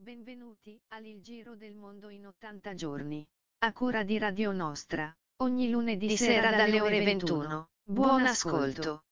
Benvenuti al Il Giro del Mondo in 80 giorni. A cura di Radio Nostra. Ogni lunedì sera dalle ore 21. Buon ascolto.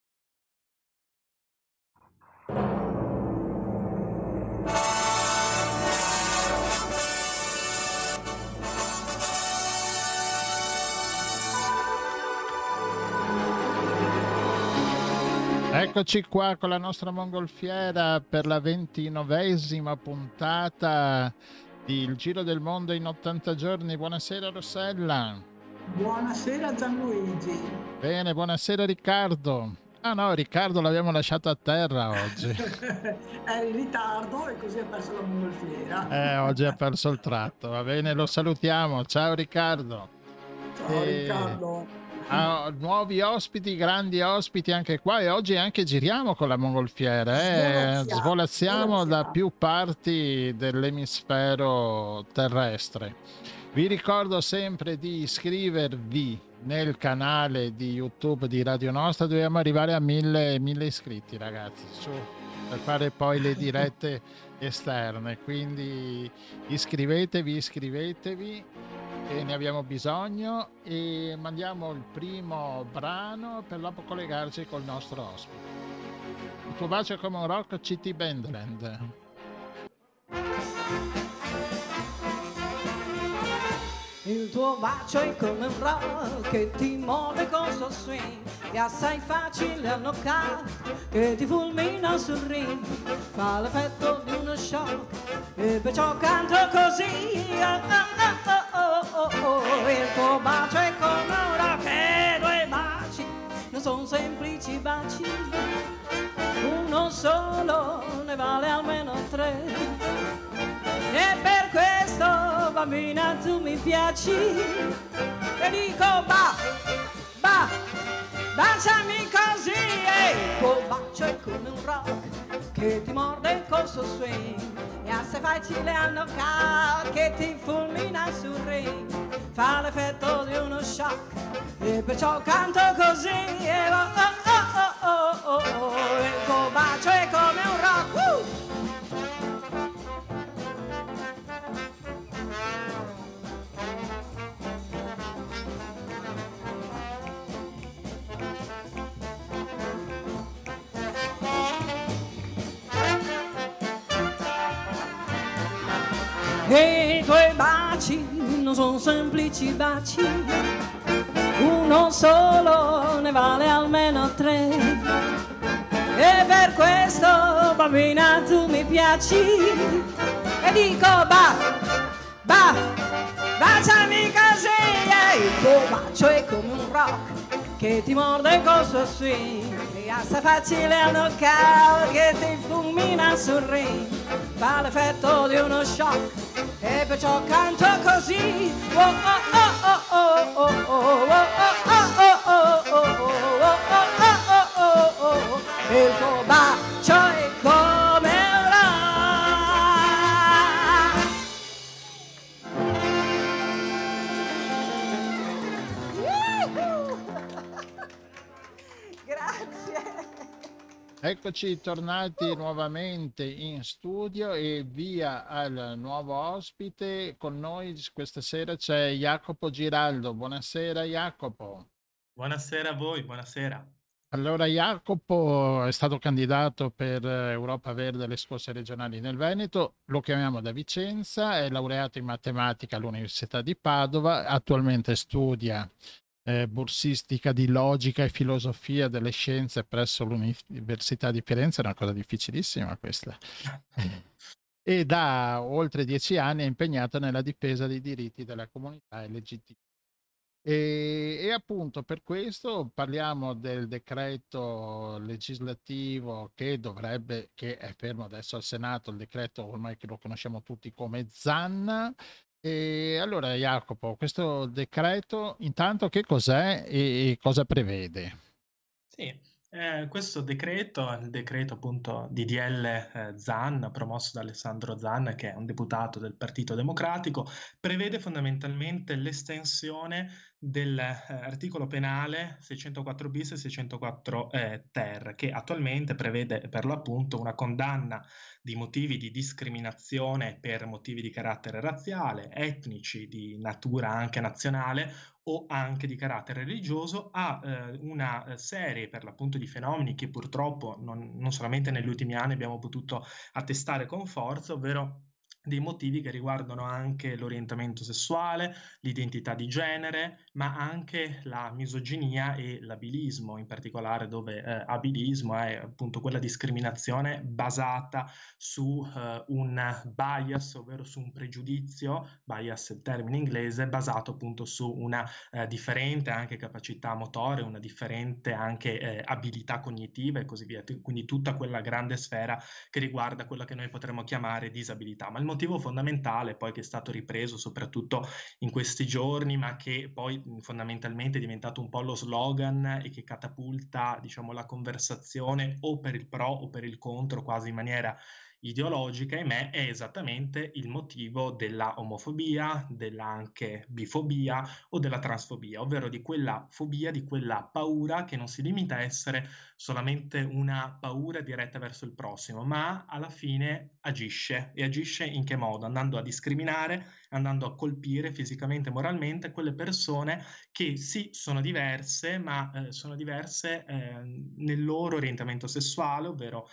Eccoci qua con la nostra mongolfiera per la 29esima puntata di Il Giro del Mondo in 80 giorni. Buonasera Rossella. Buonasera Gianluigi. Bene, buonasera Riccardo. Ah no, Riccardo l'abbiamo lasciato a terra oggi. È in ritardo e così ha perso la mongolfiera. Oggi ha perso il tratto, va bene, lo salutiamo. Ciao Riccardo. Ciao Riccardo. Nuovi ospiti, grandi ospiti anche qua, e oggi anche giriamo con la mongolfiera, svolazziamo da più parti dell'emisfero terrestre. Vi ricordo sempre di iscrivervi nel canale di YouTube di Radio Nostra. Dobbiamo arrivare a 1000 iscritti, ragazzi, su, per fare poi le dirette esterne, quindi iscrivetevi, e ne abbiamo bisogno, e mandiamo il primo brano per dopo collegarci col nostro ospite. Il tuo bacio è come un rock, CT Bandland. Il tuo bacio è come un rock che ti muove con suo swing, è assai facile a knock-out, che ti fulmina sul ring, fa l'effetto di uno shock e perciò canto così. Il tuo bacio è come un rock e due baci non sono semplici baci, uno solo ne vale almeno tre, e per questo bambina tu mi piaci, e dico baciami così. Il tuo bacio è come un rock che ti morde col suo swing, è assai facile a knock-out, che ti fulmina sul ring, fa l'effetto di uno shock e perciò canto così. Il tuo bacio è come un rock. E i tuoi baci non sono semplici baci, uno solo ne vale almeno tre, e per questo bambina tu mi piaci, e dico baciami così. Il tuo bacio è come un rock che ti morde col suo swing, è assai facile a knock-out, che ti fulmina sul ring, fa l'effetto di uno shock e perciò canto così. Il tuo bacio è come un rock. Grazie. Eccoci tornati nuovamente in studio e via al nuovo ospite. Con noi questa sera c'è Jacopo Giraldo. Buonasera Jacopo. Buonasera a voi, buonasera. Allora, Jacopo è stato candidato per Europa Verde alle scorse regionali nel Veneto, lo chiamiamo da Vicenza, è laureato in matematica all'Università di Padova, attualmente studia borsistica di logica e filosofia delle scienze presso l'Università di Firenze, è una cosa difficilissima questa, e da oltre 10 anni è impegnato nella difesa dei diritti della comunità LGBT. E appunto per questo parliamo del decreto legislativo che è fermo adesso al Senato, il decreto ormai che lo conosciamo tutti come Zan. E allora Jacopo, questo decreto intanto che cos'è e cosa prevede? Sì, questo decreto, il decreto appunto DDL Zan, promosso da Alessandro Zan, che è un deputato del Partito Democratico, prevede fondamentalmente l'estensione dell'articolo penale 604 bis e 604 ter, che attualmente prevede per l'appunto una condanna di motivi di discriminazione per motivi di carattere razziale, etnici, di natura anche nazionale o anche di carattere religioso a una serie per l'appunto di fenomeni che purtroppo non solamente negli ultimi anni abbiamo potuto attestare con forza, ovvero dei motivi che riguardano anche l'orientamento sessuale, l'identità di genere, ma anche la misoginia e l'abilismo, in particolare dove abilismo è appunto quella discriminazione basata su un bias, ovvero su un pregiudizio, bias è il termine inglese, basato appunto su una differente anche capacità motore, una differente anche abilità cognitiva e così via, quindi tutta quella grande sfera che riguarda quella che noi potremmo chiamare disabilità. Ma il motivo fondamentale poi che è stato ripreso soprattutto in questi giorni, ma che poi fondamentalmente è diventato un po' lo slogan e che catapulta, diciamo, la conversazione o per il pro o per il contro, quasi in maniera ideologica, ahimè, è esattamente il motivo della omofobia, della anche bifobia o della transfobia, ovvero di quella fobia, di quella paura che non si limita a essere solamente una paura diretta verso il prossimo, ma alla fine agisce. E agisce in che modo? Andando a discriminare, andando a colpire fisicamente e moralmente quelle persone che sì, sono diverse, ma sono diverse nel loro orientamento sessuale, ovvero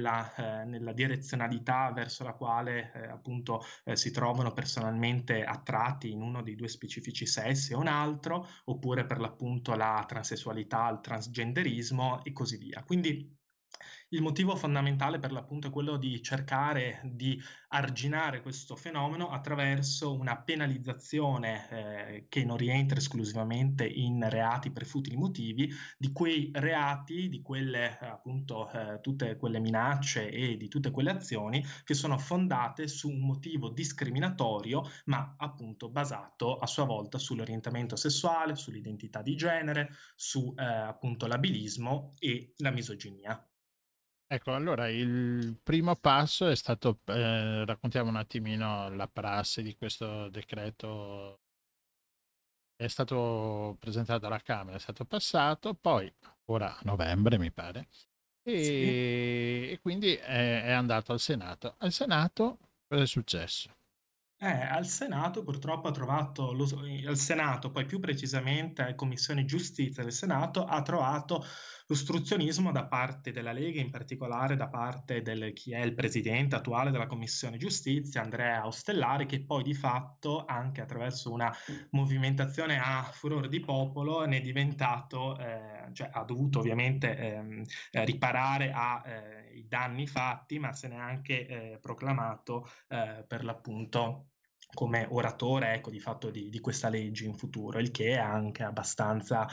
nella direzionalità verso la quale appunto si trovano personalmente attratti in uno dei due specifici sessi o un altro, oppure per l'appunto la transessualità, il transgenderismo e così via. Quindi il motivo fondamentale per l'appunto è quello di cercare di arginare questo fenomeno attraverso una penalizzazione che non rientra esclusivamente in reati per futili motivi, di quei reati, di quelle appunto tutte quelle minacce e di tutte quelle azioni che sono fondate su un motivo discriminatorio, ma appunto basato a sua volta sull'orientamento sessuale, sull'identità di genere, su appunto l'abilismo e la misoginia. Ecco, allora il primo passo è stato, raccontiamo un attimino la prassi di questo decreto. È stato presentato alla Camera, è stato passato, poi ora a novembre mi pare, e quindi è andato al Senato. Al Senato cosa è successo? Al Senato purtroppo ha trovato, al Senato, poi più precisamente alle Commissioni Giustizia del Senato, ha trovato l'ostruzionismo da parte della Lega, in particolare da parte di chi è il presidente attuale della Commissione Giustizia, Andrea Ostellari, che poi di fatto, anche attraverso una movimentazione a furor di popolo, ne è diventato, cioè ha dovuto ovviamente riparare ai danni fatti, ma se ne è anche proclamato per l'appunto come oratore, ecco, di fatto di questa legge in futuro, il che è anche abbastanza,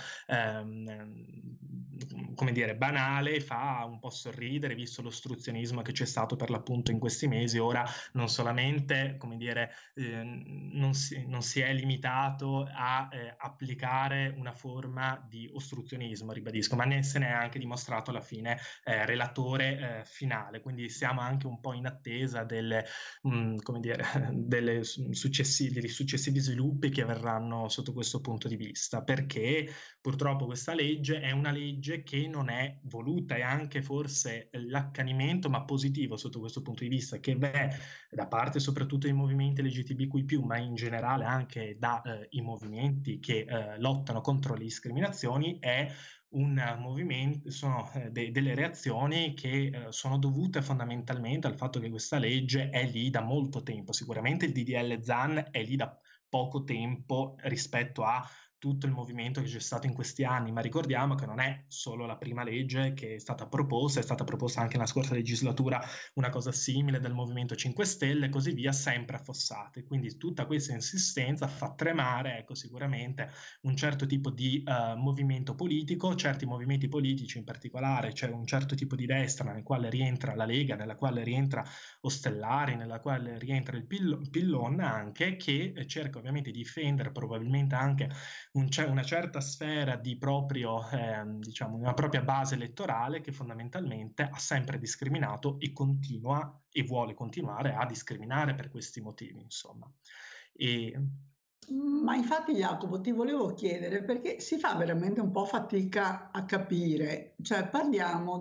come dire, banale, fa un po' sorridere, visto l'ostruzionismo che c'è stato per l'appunto in questi mesi. Ora non solamente, come dire, non si è limitato a applicare una forma di ostruzionismo, ribadisco, ma se ne è anche dimostrato alla fine relatore finale, quindi siamo anche un po' in attesa delle, come dire, dei successivi sviluppi che verranno sotto questo punto di vista, perché purtroppo questa legge è una legge che non è voluta, e anche forse l'accanimento, ma positivo sotto questo punto di vista, che è da parte soprattutto dei movimenti LGTBQ+, ma in generale anche dai movimenti che lottano contro le discriminazioni, è un movimento, sono delle reazioni che sono dovute fondamentalmente al fatto che questa legge è lì da molto tempo. Sicuramente il DDL Zan è lì da poco tempo rispetto a tutto il movimento che c'è stato in questi anni, ma ricordiamo che non è solo la prima legge che è stata proposta anche nella scorsa legislatura una cosa simile del Movimento 5 Stelle e così via, sempre affossate. Quindi tutta questa insistenza fa tremare, ecco, sicuramente un certo tipo di movimento politico, certi movimenti politici in particolare, c'è un certo tipo di destra nel quale rientra la Lega, nella quale rientra Ostellari, nella quale rientra il Pillon anche, che cerca ovviamente di difendere probabilmente anche una certa sfera di proprio, diciamo, una propria base elettorale che fondamentalmente ha sempre discriminato e continua e vuole continuare a discriminare per questi motivi, insomma. E Ma infatti Jacopo ti volevo chiedere perché si fa veramente un po' fatica a capire, cioè parliamo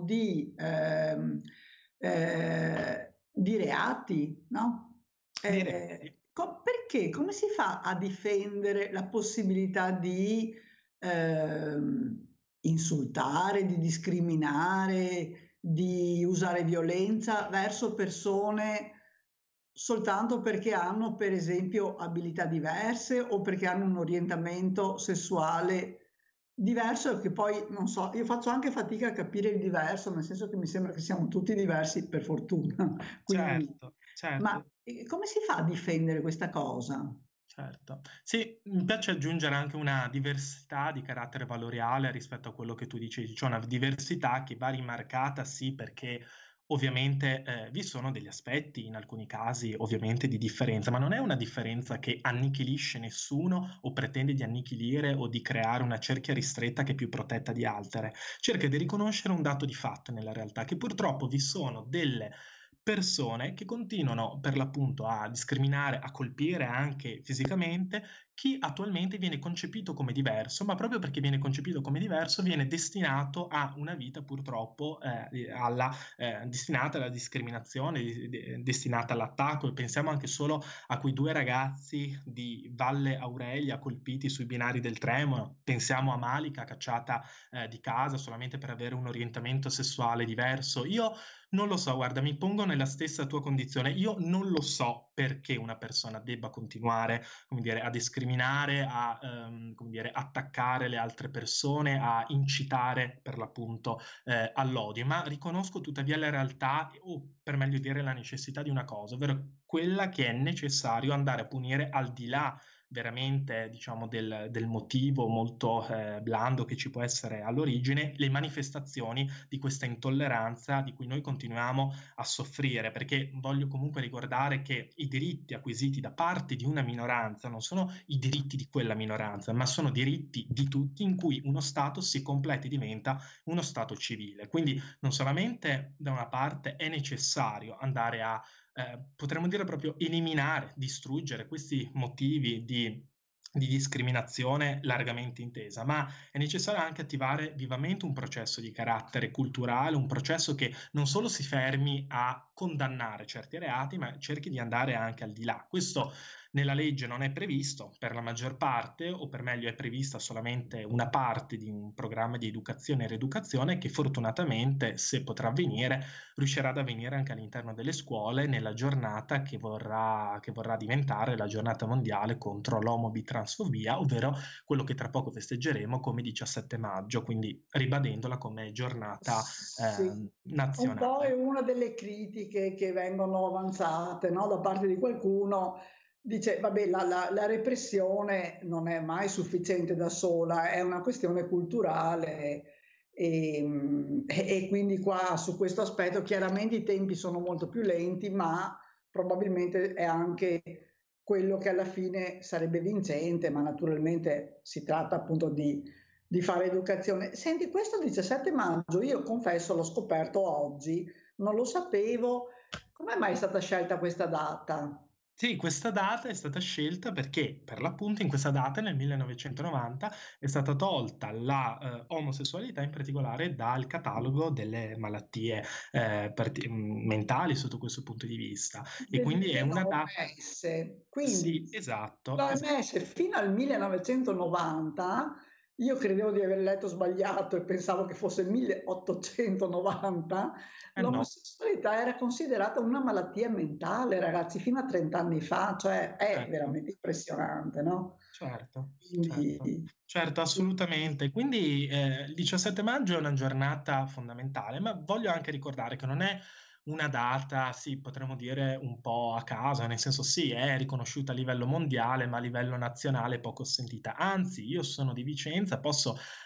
di reati, no? Perché? Come si fa a difendere la possibilità di insultare, di discriminare, di usare violenza verso persone soltanto perché hanno, per esempio, abilità diverse o perché hanno un orientamento sessuale diverso, che poi non so, io faccio anche fatica a capire il diverso, nel senso che mi sembra che siamo tutti diversi per fortuna. Quindi, certo. ma come si fa a difendere questa cosa? Certo. Sì, mi piace aggiungere anche una diversità di carattere valoriale rispetto a quello che tu dicevi, cioè una diversità che va rimarcata, sì, perché ovviamente vi sono degli aspetti, in alcuni casi ovviamente di differenza, ma non è una differenza che annichilisce nessuno o pretende di annichilire o di creare una cerchia ristretta che è più protetta di altre. Cerca di riconoscere un dato di fatto nella realtà, che purtroppo vi sono delle persone che continuano per l'appunto a discriminare, a colpire anche fisicamente chi attualmente viene concepito come diverso, ma proprio perché viene concepito come diverso viene destinato a una vita purtroppo destinata alla discriminazione, destinata all'attacco. E pensiamo anche solo a quei 2 ragazzi di Valle Aurelia colpiti sui binari del treno, pensiamo a Malika cacciata di casa solamente per avere un orientamento sessuale diverso. Io non lo so, guarda, mi pongo nella stessa tua condizione. Io non lo so perché una persona debba continuare, come dire, a discriminare, come dire, attaccare le altre persone, a incitare per l'appunto all'odio, ma riconosco tuttavia la realtà, o per meglio dire la necessità di una cosa, ovvero quella che è necessario andare a punire al di là veramente, diciamo, del motivo molto blando che ci può essere all'origine, le manifestazioni di questa intolleranza di cui noi continuiamo a soffrire, perché voglio comunque ricordare che i diritti acquisiti da parte di una minoranza non sono i diritti di quella minoranza, ma sono diritti di tutti in cui uno Stato si completa e diventa uno Stato civile. Quindi non solamente da una parte è necessario andare a potremmo dire proprio eliminare, distruggere questi motivi di discriminazione largamente intesa, ma è necessario anche attivare vivamente un processo di carattere culturale, un processo che non solo si fermi a condannare certi reati, ma cerchi di andare anche al di là. Questo nella legge non è previsto per la maggior parte, o per meglio è prevista solamente una parte di un programma di educazione e rieducazione che fortunatamente, se potrà avvenire, riuscirà ad avvenire anche all'interno delle scuole nella giornata che vorrà diventare la giornata mondiale contro l'omobitransfobia, ovvero quello che tra poco festeggeremo come 17 maggio, quindi ribadendola come giornata nazionale. Un po' è una delle critiche che vengono avanzate, no, da parte di qualcuno. Dice, vabbè, la repressione non è mai sufficiente da sola, è una questione culturale e quindi qua su questo aspetto chiaramente i tempi sono molto più lenti, ma probabilmente è anche quello che alla fine sarebbe vincente, ma naturalmente si tratta appunto di fare educazione. Senti, questo 17 maggio, io confesso, l'ho scoperto oggi, non lo sapevo. Come mai è stata scelta questa data? Sì, questa data è stata scelta perché, per l'appunto, in questa data, nel 1990, è stata tolta la omosessualità, in particolare dal catalogo delle malattie mentali sotto questo punto di vista. E quindi è una data... Quindi, sì, esatto. l'OMS fino al 1990, io credevo di aver letto sbagliato e pensavo che fosse 1890, l'omosessualità era considerata una malattia mentale, ragazzi, fino a 30 anni fa, cioè è veramente impressionante, no? Certo, assolutamente. Quindi il 17 maggio è una giornata fondamentale, ma voglio anche ricordare che non è una data, sì, potremmo dire un po' a caso, nel senso sì, è riconosciuta a livello mondiale, ma a livello nazionale poco sentita. Anzi, io sono di Vicenza, posso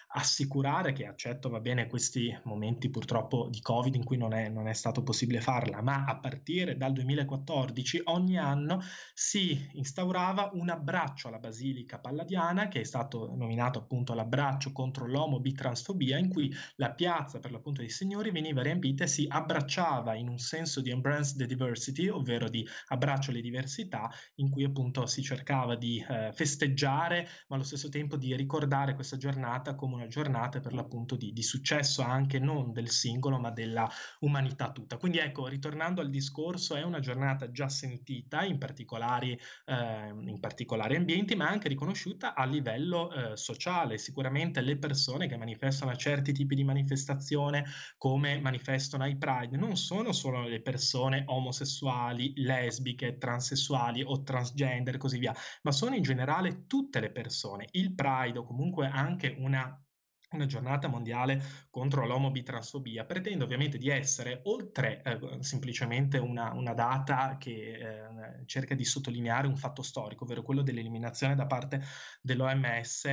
assicurare che accetto, va bene, questi momenti purtroppo di Covid in cui non è stato possibile farla, ma a partire dal 2014 ogni anno si instaurava un abbraccio alla Basilica Palladiana, che è stato nominato appunto l'abbraccio contro l'omo-bitransfobia, in cui la piazza per l'appunto dei signori veniva riempita e si abbracciava in un senso di embrace the diversity, ovvero di abbraccio alle diversità, in cui appunto si cercava di festeggiare, ma allo stesso tempo di ricordare questa giornata come una giornata per l'appunto di successo anche non del singolo ma della umanità tutta. Quindi ecco, ritornando al discorso, è una giornata già sentita in particolari ambienti, ma anche riconosciuta a livello sociale. Sicuramente le persone che manifestano a certi tipi di manifestazione, come manifestano ai Pride, non sono solo le persone omosessuali, lesbiche, transessuali o transgender e così via, ma sono in generale tutte le persone. Il Pride, o comunque anche una giornata mondiale contro l'omobitransfobia, pretende ovviamente di essere, oltre semplicemente una data che cerca di sottolineare un fatto storico, ovvero quello dell'eliminazione da parte dell'OMS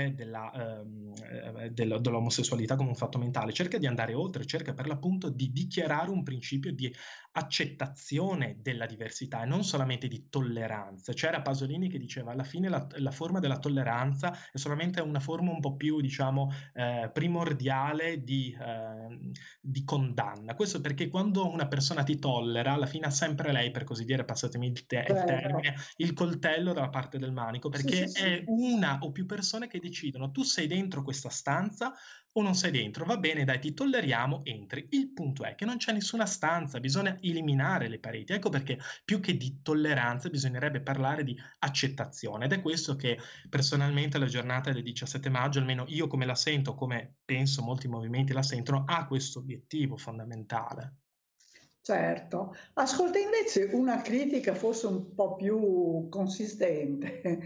dell'omosessualità come un fatto mentale, cerca di andare oltre, cerca per l'appunto di dichiarare un principio di accettazione della diversità e non solamente di tolleranza. C'era Pasolini che diceva alla fine la forma della tolleranza è solamente una forma un po' più, diciamo, primordiale di condanna. Questo perché quando una persona ti tollera, alla fine ha sempre lei, per così dire, passatemi il termine, il coltello dalla parte del manico, perché è una o più persone che decidono: tu sei dentro questa stanza o non sei dentro, va bene, dai, ti tolleriamo, entri. Il punto è che non c'è nessuna stanza, bisogna eliminare le pareti. Ecco perché più che di tolleranza bisognerebbe parlare di accettazione, ed è questo che personalmente la giornata del 17 maggio, almeno io come la sento, come penso molti movimenti la sentono, ha questo obiettivo fondamentale. Certo. Ascolta, invece una critica forse un po' più consistente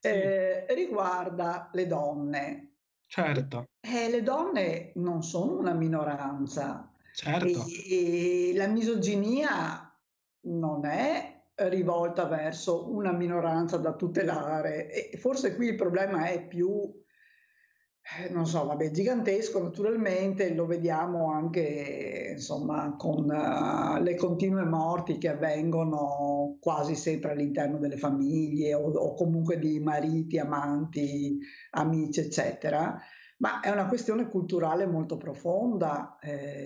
riguarda le donne. Certo. Le donne non sono una minoranza. Certo. E la misoginia non è rivolta verso una minoranza da tutelare. E forse qui il problema è più, non so, vabbè, gigantesco naturalmente, lo vediamo anche insomma con le continue morti che avvengono quasi sempre all'interno delle famiglie o comunque di mariti, amanti, amici, eccetera. Ma è una questione culturale molto profonda.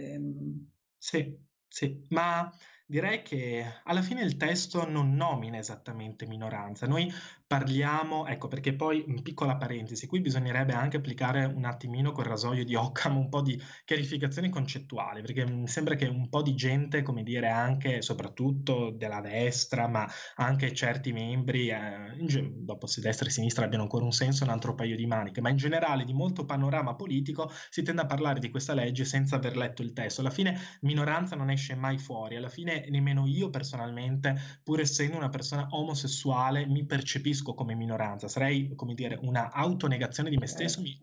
Sì, ma direi che alla fine il testo non nomina esattamente minoranza. Noi parliamo, ecco, perché poi, piccola parentesi, qui bisognerebbe anche applicare un attimino col rasoio di Occam un po' di chiarificazioni concettuali, perché mi sembra che un po' di gente, come dire, anche soprattutto della destra, ma anche certi membri, dopo se destra e sinistra abbiano ancora un senso, un altro paio di maniche, ma in generale di molto panorama politico si tende a parlare di questa legge senza aver letto il testo. Alla fine minoranza non esce mai fuori, alla fine nemmeno io personalmente, pur essendo una persona omosessuale, mi percepisco come minoranza, sarei, come dire, una autonegazione di me stesso, mi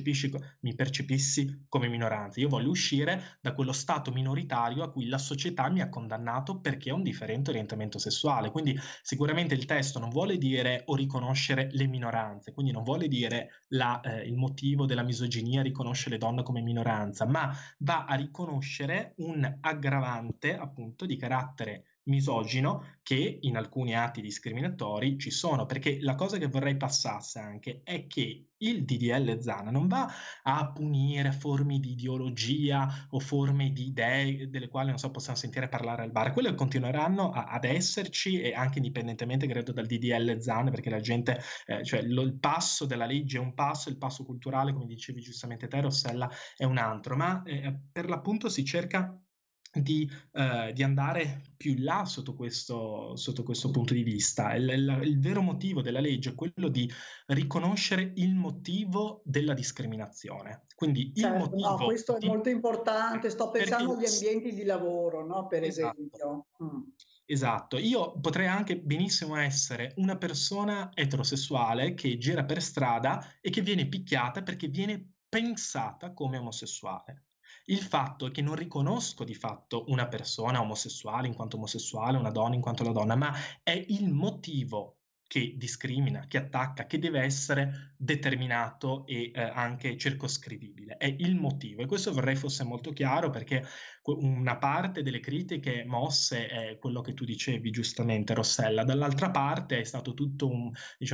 percepissi come minoranza. Io voglio uscire da quello stato minoritario a cui la società mi ha condannato perché ho un differente orientamento sessuale. Quindi sicuramente il testo non vuole dire o riconoscere le minoranze, quindi non vuole dire il motivo della misoginia, riconosce le donne come minoranza, ma va a riconoscere un aggravante appunto di carattere misogino che in alcuni atti discriminatori ci sono, perché la cosa che vorrei passasse anche è che il DDL Zan non va a punire forme di ideologia o forme di idee delle quali non so possiamo sentire parlare al bar, quelle continueranno ad esserci, e anche indipendentemente credo dal DDL Zan, perché la gente cioè il passo della legge è un passo, il passo culturale, come dicevi giustamente te Rossella, è un altro, ma per l'appunto si cerca di andare più in là sotto questo punto di vista. Il vero motivo della legge è quello di riconoscere il motivo della discriminazione. Quindi il motivo... No, questo è molto importante, sto pensando agli ambienti di lavoro, no? Per esempio. Esatto, io potrei anche benissimo essere una persona eterosessuale che gira per strada e che viene picchiata perché viene pensata come omosessuale. Il fatto è che non riconosco di fatto una persona omosessuale in quanto omosessuale, una donna in quanto la donna, ma è il motivo che discrimina, che attacca, che deve essere determinato e anche circoscrivibile. È il motivo, e questo vorrei fosse molto chiaro, perché una parte delle critiche mosse è quello che tu dicevi giustamente, Rossella, dall'altra parte è stato tutto un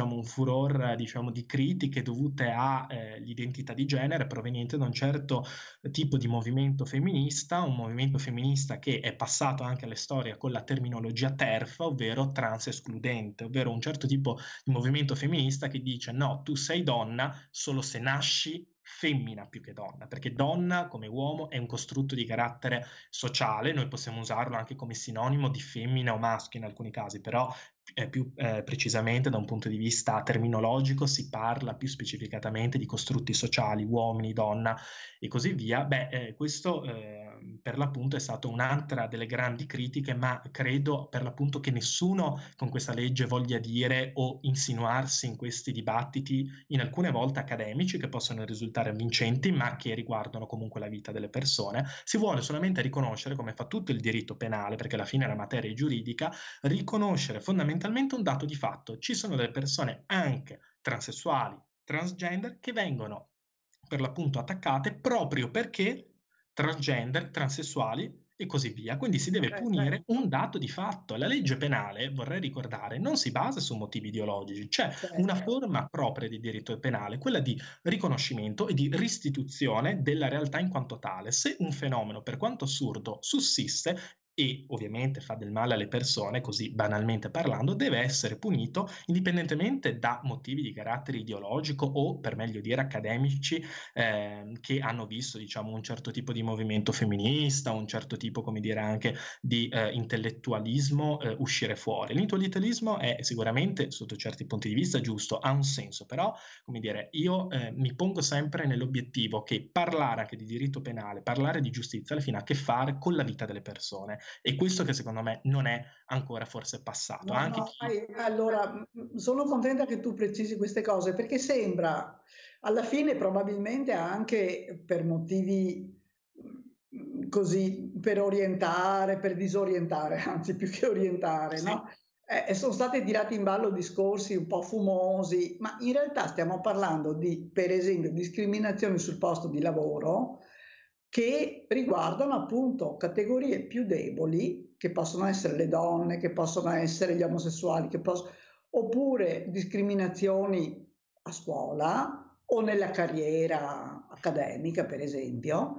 furor di critiche dovute all'identità di genere proveniente da un certo tipo di movimento femminista, un movimento femminista che è passato anche alla storia con la terminologia TERF, ovvero trans escludente, ovvero un certo tipo di movimento femminista che dice no, tu sei donna solo se nasci femmina più che donna, perché donna come uomo è un costrutto di carattere sociale, noi possiamo usarlo anche come sinonimo di femmina o maschio in alcuni casi, però più precisamente da un punto di vista terminologico si parla più specificatamente di costrutti sociali, uomini, donna e così via. Questo per l'appunto è stato un'altra delle grandi critiche, ma credo per l'appunto che nessuno con questa legge voglia dire o insinuarsi in questi dibattiti, in alcune volte accademici, che possono risultare vincenti, ma che riguardano comunque la vita delle persone. Si vuole solamente riconoscere, come fa tutto il diritto penale, perché alla fine la materia è giuridica, riconoscere fondamentalmente un dato di fatto. Ci sono delle persone anche transessuali, transgender, che vengono per l'appunto attaccate proprio perché transgender, transessuali e così via. Quindi si deve punire un dato di fatto. La legge penale, vorrei ricordare, non si basa su motivi ideologici, c'è una forma propria di diritto penale, quella di riconoscimento e di restituzione della realtà in quanto tale. Se un fenomeno, per quanto assurdo, sussiste e ovviamente fa del male alle persone, così banalmente parlando, deve essere punito indipendentemente da motivi di carattere ideologico o, per meglio dire, accademici, che hanno visto, diciamo, un certo tipo di movimento femminista, un certo tipo, come dire, anche di intellettualismo uscire fuori. L'intellettualismo è sicuramente, sotto certi punti di vista, giusto, ha un senso, però, come dire, io mi pongo sempre nell'obiettivo che parlare anche di diritto penale, parlare di giustizia, alla fine ha a che fare con la vita delle persone. E questo che secondo me non è ancora forse passato. Allora, sono contenta che tu precisi queste cose, perché sembra, alla fine probabilmente anche per motivi così, per orientare, per disorientare, anzi più che orientare, sì. No? Sono stati tirati in ballo discorsi un po' fumosi, ma in realtà stiamo parlando di, per esempio, discriminazioni sul posto di lavoro, che riguardano appunto categorie più deboli, che possono essere le donne, che possono essere gli omosessuali, oppure discriminazioni a scuola o nella carriera accademica, per esempio,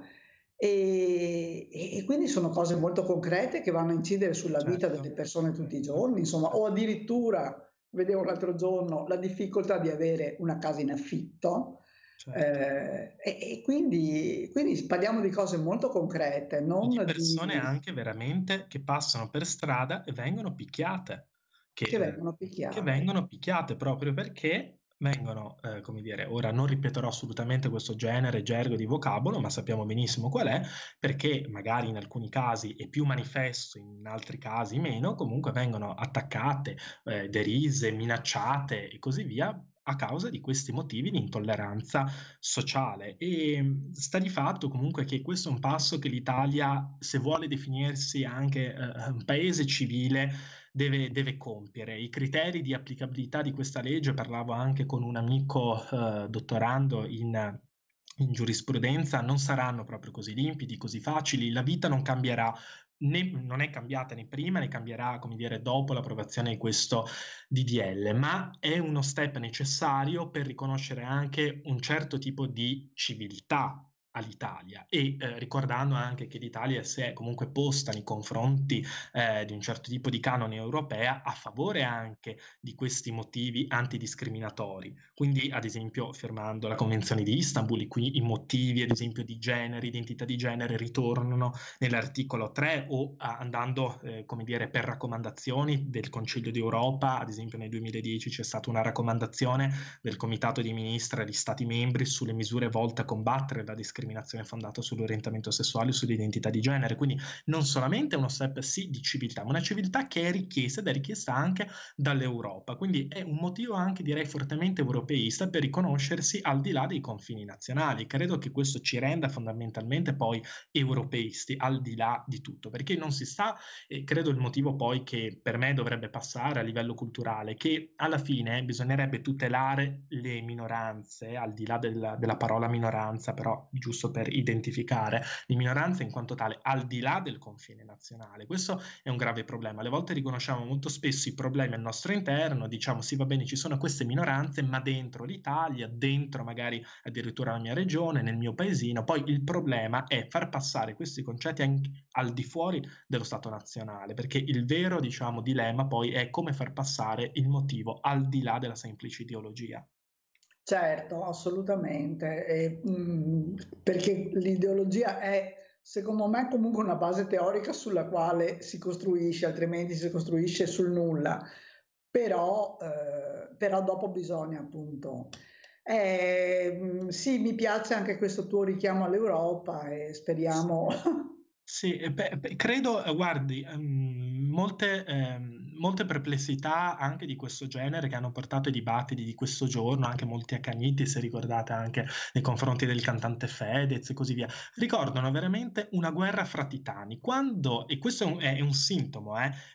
e quindi sono cose molto concrete che vanno a incidere sulla vita delle persone tutti i giorni, insomma, o addirittura, vedevo l'altro giorno, la difficoltà di avere una casa in affitto. Certo. E quindi parliamo di cose molto concrete, non di persone anche veramente che passano per strada e vengono picchiate, che vengono picchiate proprio perché vengono, come dire, ora non ripeterò assolutamente questo genere gergo di vocabolo, ma sappiamo benissimo qual è, perché magari in alcuni casi è più manifesto, in altri casi meno, comunque vengono attaccate, derise, minacciate e così via, a causa di questi motivi di intolleranza sociale. E sta di fatto comunque che questo è un passo che l'Italia, se vuole definirsi anche un paese civile, deve compiere. I criteri di applicabilità di questa legge, parlavo anche con un amico dottorando in giurisprudenza, non saranno proprio così limpidi, così facili. La vita non cambierà, non è cambiata né prima né cambierà, come dire, dopo l'approvazione di questo DDL, ma è uno step necessario per riconoscere anche un certo tipo di civiltà all'Italia e ricordando anche che l'Italia si è comunque posta nei confronti di un certo tipo di canone europea a favore anche di questi motivi antidiscriminatori, quindi ad esempio firmando la Convenzione di Istanbul, in cui i motivi ad esempio di genere, identità di genere ritornano nell'articolo 3 o andando come dire per raccomandazioni del Consiglio d'Europa, ad esempio nel 2010 c'è stata una raccomandazione del Comitato dei Ministri degli Stati membri sulle misure volte a combattere la discriminazione discriminazione fondata sull'orientamento sessuale o sull'identità di genere. Quindi non solamente uno step sì di civiltà, ma una civiltà che è richiesta ed è richiesta anche dall'Europa. Quindi è un motivo anche, direi, fortemente europeista per riconoscersi al di là dei confini nazionali. Credo che questo ci renda fondamentalmente poi europeisti, al di là di tutto, perché non si sta, e credo il motivo poi che per me dovrebbe passare a livello culturale, che alla fine bisognerebbe tutelare le minoranze, al di là della parola minoranza, però giusto per identificare le minoranze in quanto tale, al di là del confine nazionale. Questo è un grave problema. Alle volte riconosciamo molto spesso i problemi al nostro interno, diciamo sì, va bene, ci sono queste minoranze, ma dentro l'Italia, dentro magari addirittura la mia regione, nel mio paesino, poi il problema è far passare questi concetti anche al di fuori dello Stato nazionale, perché il vero, diciamo, dilemma poi è come far passare il motivo al di là della semplice ideologia. Certo, assolutamente, perché l'ideologia è, secondo me, comunque una base teorica sulla quale si costruisce, altrimenti si costruisce sul nulla, però dopo bisogna appunto... sì, mi piace anche questo tuo richiamo all'Europa e speriamo... Sì, credo, guardi, molte perplessità anche di questo genere che hanno portato ai dibattiti di questo giorno, anche molti accaniti, se ricordate, anche nei confronti del cantante Fedez e così via, ricordano veramente una guerra fra titani. Quando, e questo è un sintomo,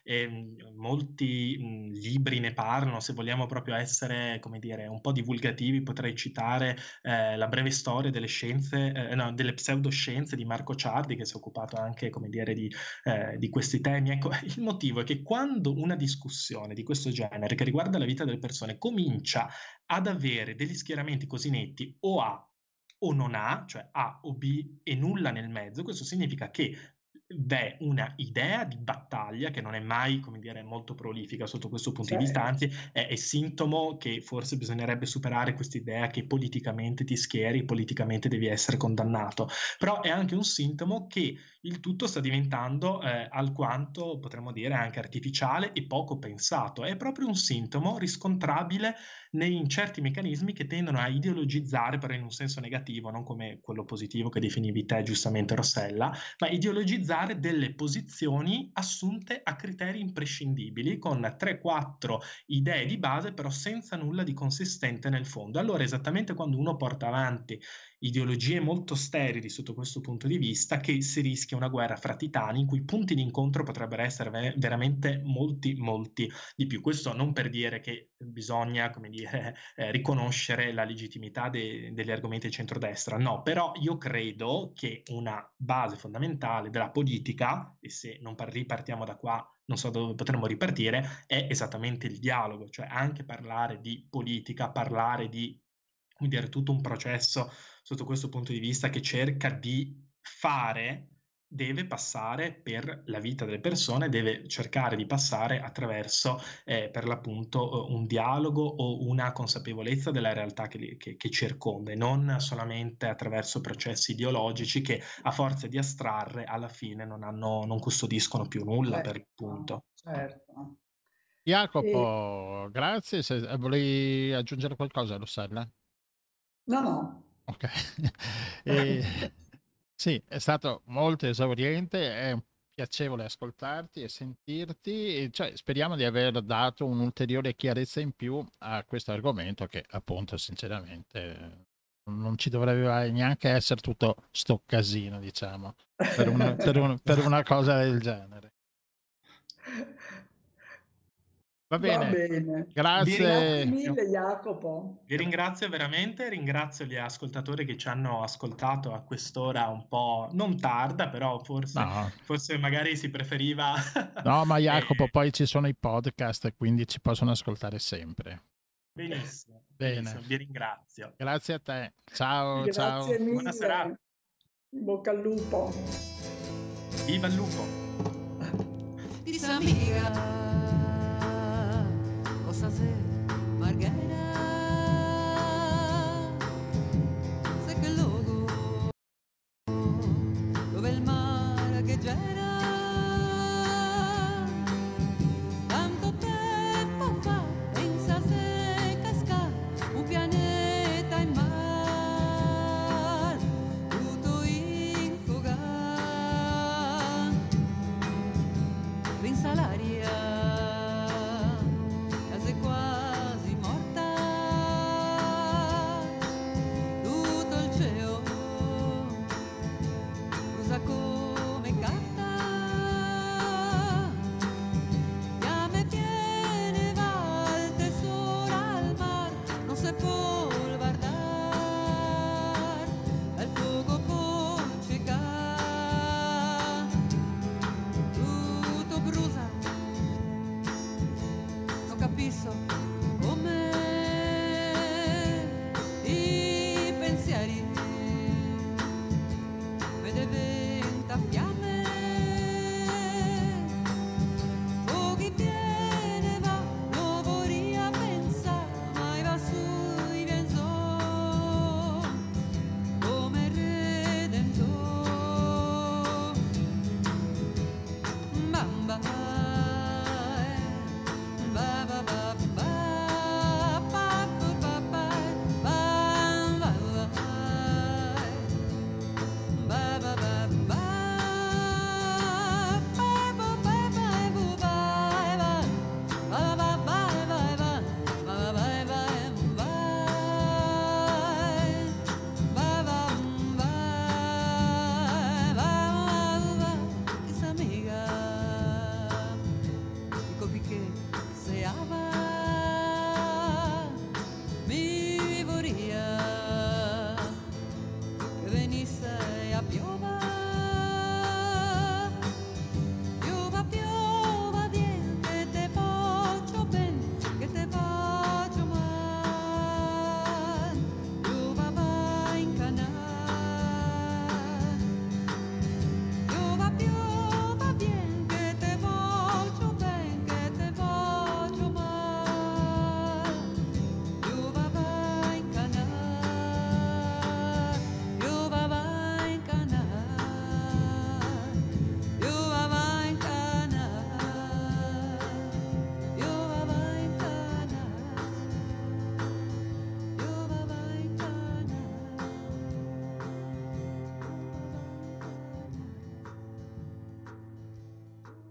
molti libri ne parlano, se vogliamo proprio essere, come dire, un po' divulgativi, potrei citare La breve storia delle scienze, delle pseudoscienze di Marco Ciardi, che si è occupato anche, come dire, di questi temi. Ecco, il motivo è che quando una discussione di questo genere che riguarda la vita delle persone comincia ad avere degli schieramenti così netti, o A o non A, cioè A o B e nulla nel mezzo, questo significa che v'è una idea di battaglia che non è mai, come dire, molto prolifica sotto questo punto di vista, anzi è sintomo che forse bisognerebbe superare questa idea che politicamente ti schieri, politicamente devi essere condannato, però è anche un sintomo che il tutto sta diventando alquanto, potremmo dire, anche artificiale e poco pensato. È proprio un sintomo riscontrabile in certi meccanismi che tendono a ideologizzare, però in un senso negativo, non come quello positivo che definivi te giustamente, Rossella, ma ideologizzare delle posizioni assunte a criteri imprescindibili, con 3-4 idee di base, però senza nulla di consistente nel fondo. Allora, esattamente quando uno porta avanti ideologie molto sterili sotto questo punto di vista, che si rischia una guerra fra titani in cui i punti di incontro potrebbero essere veramente molti di più. Questo non per dire che bisogna, come dire, riconoscere la legittimità degli argomenti di centrodestra, no, però io credo che una base fondamentale della politica, e se non ripartiamo da qua non so dove potremmo ripartire, è esattamente il dialogo, cioè anche parlare di politica, parlare di, come dire, tutto un processo sotto questo punto di vista che cerca di fare, deve passare per la vita delle persone, deve cercare di passare attraverso, per l'appunto, un dialogo o una consapevolezza della realtà che circonda, e non solamente attraverso processi ideologici che, a forza di astrarre, alla fine non custodiscono più nulla, per il punto. Certo. Jacopo, grazie. Volevi aggiungere qualcosa, Rossella? No. Ok. Sì, è stato molto esauriente, è piacevole ascoltarti e sentirti, e cioè, speriamo di aver dato un'ulteriore chiarezza in più a questo argomento che, appunto, sinceramente non ci dovrebbe neanche essere tutto sto casino, diciamo, per una cosa del genere. Va bene. Grazie mille, Jacopo. Vi ringrazio veramente, ringrazio gli ascoltatori che ci hanno ascoltato a quest'ora un po' non tarda, però forse magari si preferiva... No, ma Jacopo, poi ci sono i podcast, quindi ci possono ascoltare sempre. Benissimo, bene. Vi ringrazio. Grazie a te. Ciao. Grazie mille. Buona serata. In bocca al lupo. Viva il lupo. Disamiga. Cosa sé, Marghera, sé che luogo dove il mare che gera, tanto tempo fa, pensa se casca un pianeta in mar, tutto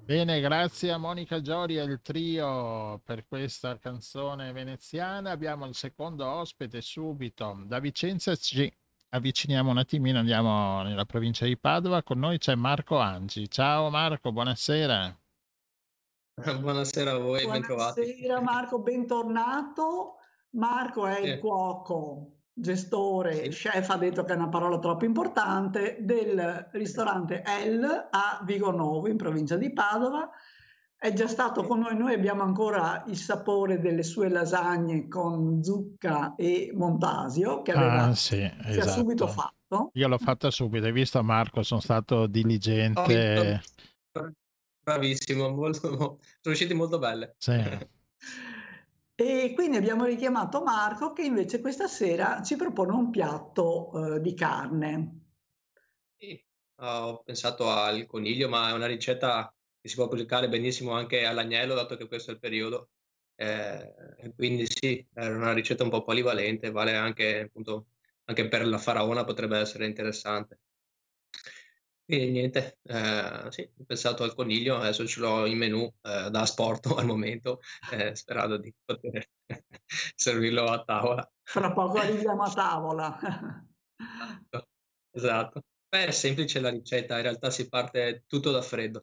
Bene, grazie a Monica Giori e il trio per questa canzone veneziana. Abbiamo il secondo ospite subito. Da Vicenza ci avviciniamo un attimino, andiamo nella provincia di Padova. Con noi c'è Marco Angi. Ciao Marco, buonasera. Buonasera a voi, bentrovati. Buonasera Marco, bentornato. Marco è il cuoco, gestore, chef, ha detto che è una parola troppo importante, del ristorante El a Vigonovo in provincia di Padova. È già stato con noi abbiamo ancora il sapore delle sue lasagne con zucca e montasio che aveva sì, ha subito fatto. Io l'ho fatta subito, hai visto Marco, sono stato diligente. Bravissimo, sono uscite molto belle. Sì. E quindi abbiamo richiamato Marco che invece questa sera ci propone un piatto di carne. Sì, ho pensato al coniglio, ma è una ricetta che si può applicare benissimo anche all'agnello, dato che questo è il periodo. Quindi sì, è una ricetta un po' polivalente, vale anche, appunto, anche per la faraona potrebbe essere interessante. Quindi niente, sì, ho pensato al coniglio, adesso ce l'ho in menù da asporto al momento, sperando di poter servirlo a tavola. Fra poco arriviamo a tavola. Esatto. Beh, è semplice la ricetta, in realtà si parte tutto da freddo.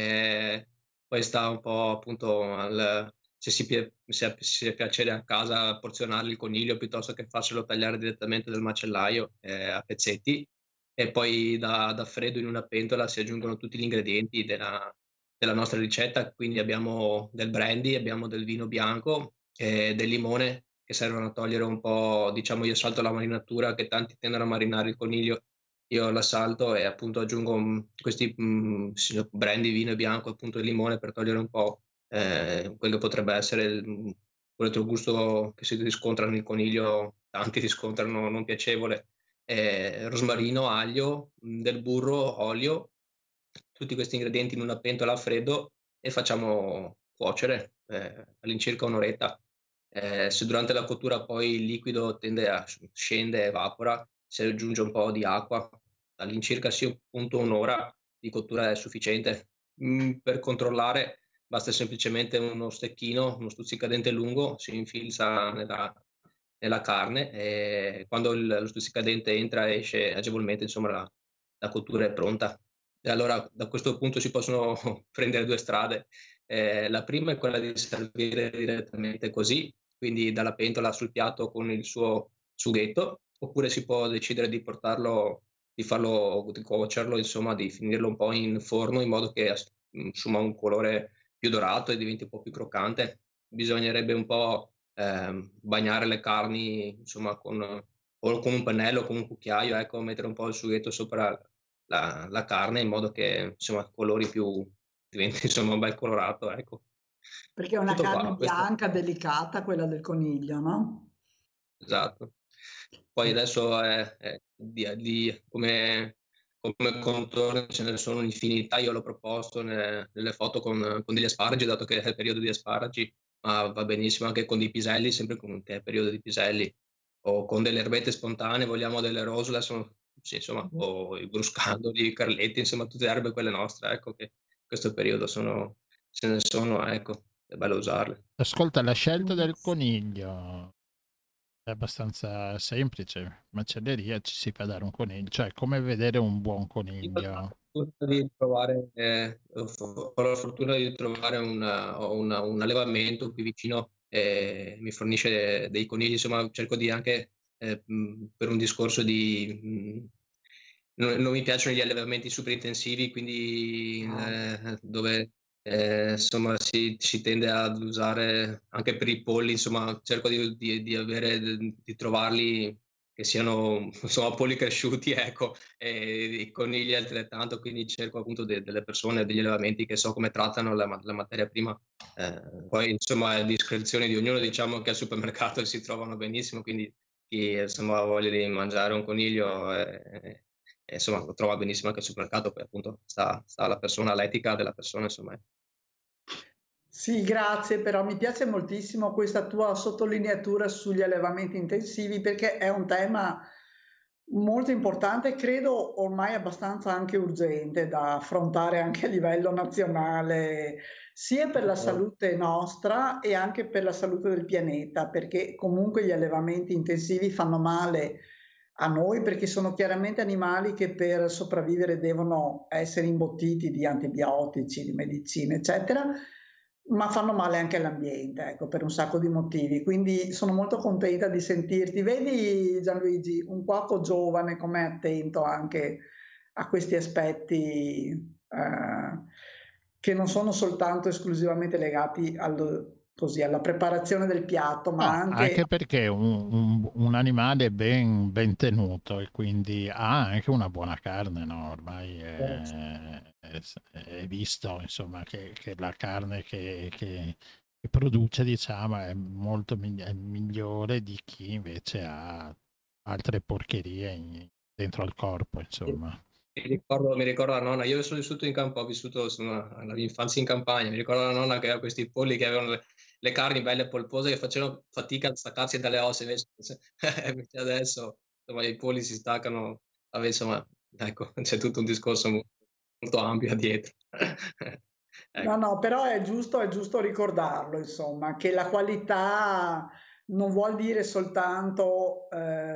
Poi sta un po' appunto se si piace a casa porzionare il coniglio piuttosto che farselo tagliare direttamente dal macellaio a pezzetti. E poi da freddo in una pentola si aggiungono tutti gli ingredienti della nostra ricetta, quindi abbiamo del brandy, abbiamo del vino bianco e del limone che servono a togliere un po', diciamo, io salto la marinatura che tanti tendono a marinare il coniglio, io la salto e appunto aggiungo questi brandy, vino bianco, appunto il limone per togliere un po' quello che potrebbe essere il gusto che si riscontra nel coniglio, tanti riscontrano non piacevole. Rosmarino, aglio, del burro, olio, tutti questi ingredienti in una pentola a freddo e facciamo cuocere all'incirca un'oretta. Se durante la cottura poi il liquido scende, evapora, si aggiunge un po' di acqua, all'incirca sì, appunto un'ora di cottura è sufficiente. Per controllare basta semplicemente uno stecchino, uno stuzzicadente lungo, si infilza nella carne e quando lo stuzzicadente entra esce agevolmente, insomma la cottura è pronta. E allora da questo punto si possono prendere due strade. La prima è quella di servire direttamente così, quindi dalla pentola sul piatto con il suo sughetto, oppure si può decidere di cuocerlo, insomma, di finirlo un po' in forno in modo che assuma un colore più dorato e diventi un po' più croccante. Bisognerebbe un po' bagnare le carni, insomma, o con un pennello o con un cucchiaio, ecco, mettere un po' il sughetto sopra la carne in modo che, insomma, colori più diventi, insomma, un bel colorato, ecco. Perché è una Tutto carne qua, bianca, delicata, quella del coniglio, no? Esatto. Poi adesso come contorni ce ne sono un'infinità, io l'ho proposto nelle foto con degli asparagi, dato che è il periodo di asparagi, ma va benissimo anche con dei piselli, sempre che è periodo di piselli, o con delle erbette spontanee, vogliamo delle rosole, sì, insomma, o i bruscandoli, i carletti, insomma tutte erbe quelle nostre, ecco, che in questo periodo ce ne sono, ecco, è bello usarle. Ascolta, la scelta del coniglio è abbastanza semplice. Macelleria ci si fa dare un coniglio, cioè come vedere un buon coniglio. Ho la fortuna di trovare un allevamento qui vicino mi fornisce dei conigli, insomma cerco di anche per un discorso di non mi piacciono gli allevamenti super intensivi, quindi dove insomma si tende ad usare anche per i polli, insomma cerco di trovarli che siano insomma polli cresciuti, ecco, e i conigli altrettanto, quindi cerco appunto delle persone, degli allevamenti che so come trattano la materia prima. Poi insomma a discrezione di ognuno, diciamo che al supermercato si trovano benissimo, quindi chi insomma ha voglia di mangiare un coniglio insomma lo trova benissimo anche al supermercato, poi appunto sta alla persona, all'etica della persona, insomma. Sì, grazie, però mi piace moltissimo questa tua sottolineatura sugli allevamenti intensivi perché è un tema molto importante, credo ormai abbastanza anche urgente da affrontare anche a livello nazionale, sia per la salute nostra e anche per la salute del pianeta, perché comunque gli allevamenti intensivi fanno male a noi perché sono chiaramente animali che per sopravvivere devono essere imbottiti di antibiotici, di medicine, eccetera, ma fanno male anche all'ambiente, ecco, per un sacco di motivi. Quindi sono molto contenta di sentirti. Vedi, Gianluigi, un cuoco giovane com'è attento anche a questi aspetti che non sono soltanto esclusivamente legati così, alla preparazione del piatto, ma No, anche... anche perché è un animale ben tenuto e quindi ha anche una buona carne, no? Ormai è visto, insomma, che la carne che produce, diciamo, è molto è migliore di chi invece ha altre porcherie dentro al corpo, insomma. Mi ricordo la nonna, io sono vissuto in campo, ho vissuto insomma, la mia infanzia in campagna, mi ricordo la nonna che aveva questi polli che avevano le carni belle polpose che facevano fatica a staccarsi dalle ossa, invece adesso insomma, i polli si staccano, vabbè, insomma, ecco, c'è tutto un discorso molto ampio dietro. No, Ecco. no, però è giusto ricordarlo, insomma, che la qualità non vuol dire soltanto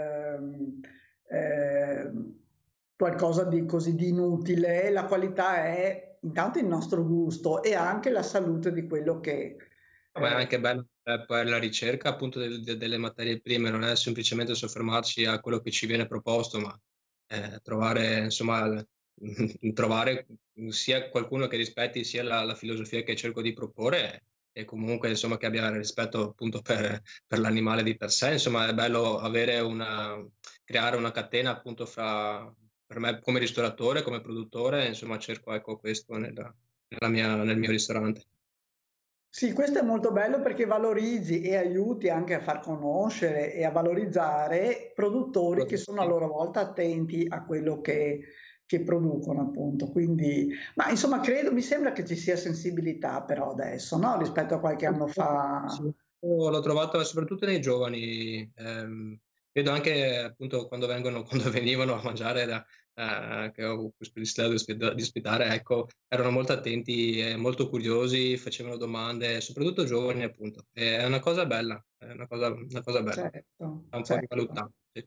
qualcosa di così di inutile, la qualità è intanto il nostro gusto e anche la salute di quello che... Ma è anche bello poi la ricerca appunto delle materie prime, non è semplicemente soffermarci a quello che ci viene proposto, ma trovare, insomma, trovare sia qualcuno che rispetti sia la filosofia che cerco di proporre e comunque insomma che abbia rispetto appunto per l'animale di per sé. Insomma, è bello avere creare una catena appunto per me come ristoratore, come produttore, insomma cerco ecco questo nel mio ristorante. Sì, questo è molto bello perché valorizzi e aiuti anche a far conoscere e a valorizzare produttori che sono a loro volta attenti a quello che producono, appunto. Quindi, ma insomma, mi sembra che ci sia sensibilità però adesso, no? Rispetto a qualche anno fa. Sì, l'ho trovato soprattutto nei giovani, vedo anche appunto quando venivano a mangiare che ho il di ospitare, ecco, erano molto attenti e molto curiosi, facevano domande, soprattutto giovani appunto. È una cosa bella, una cosa bella, Certo, da un po' certo. rivalutare, sì.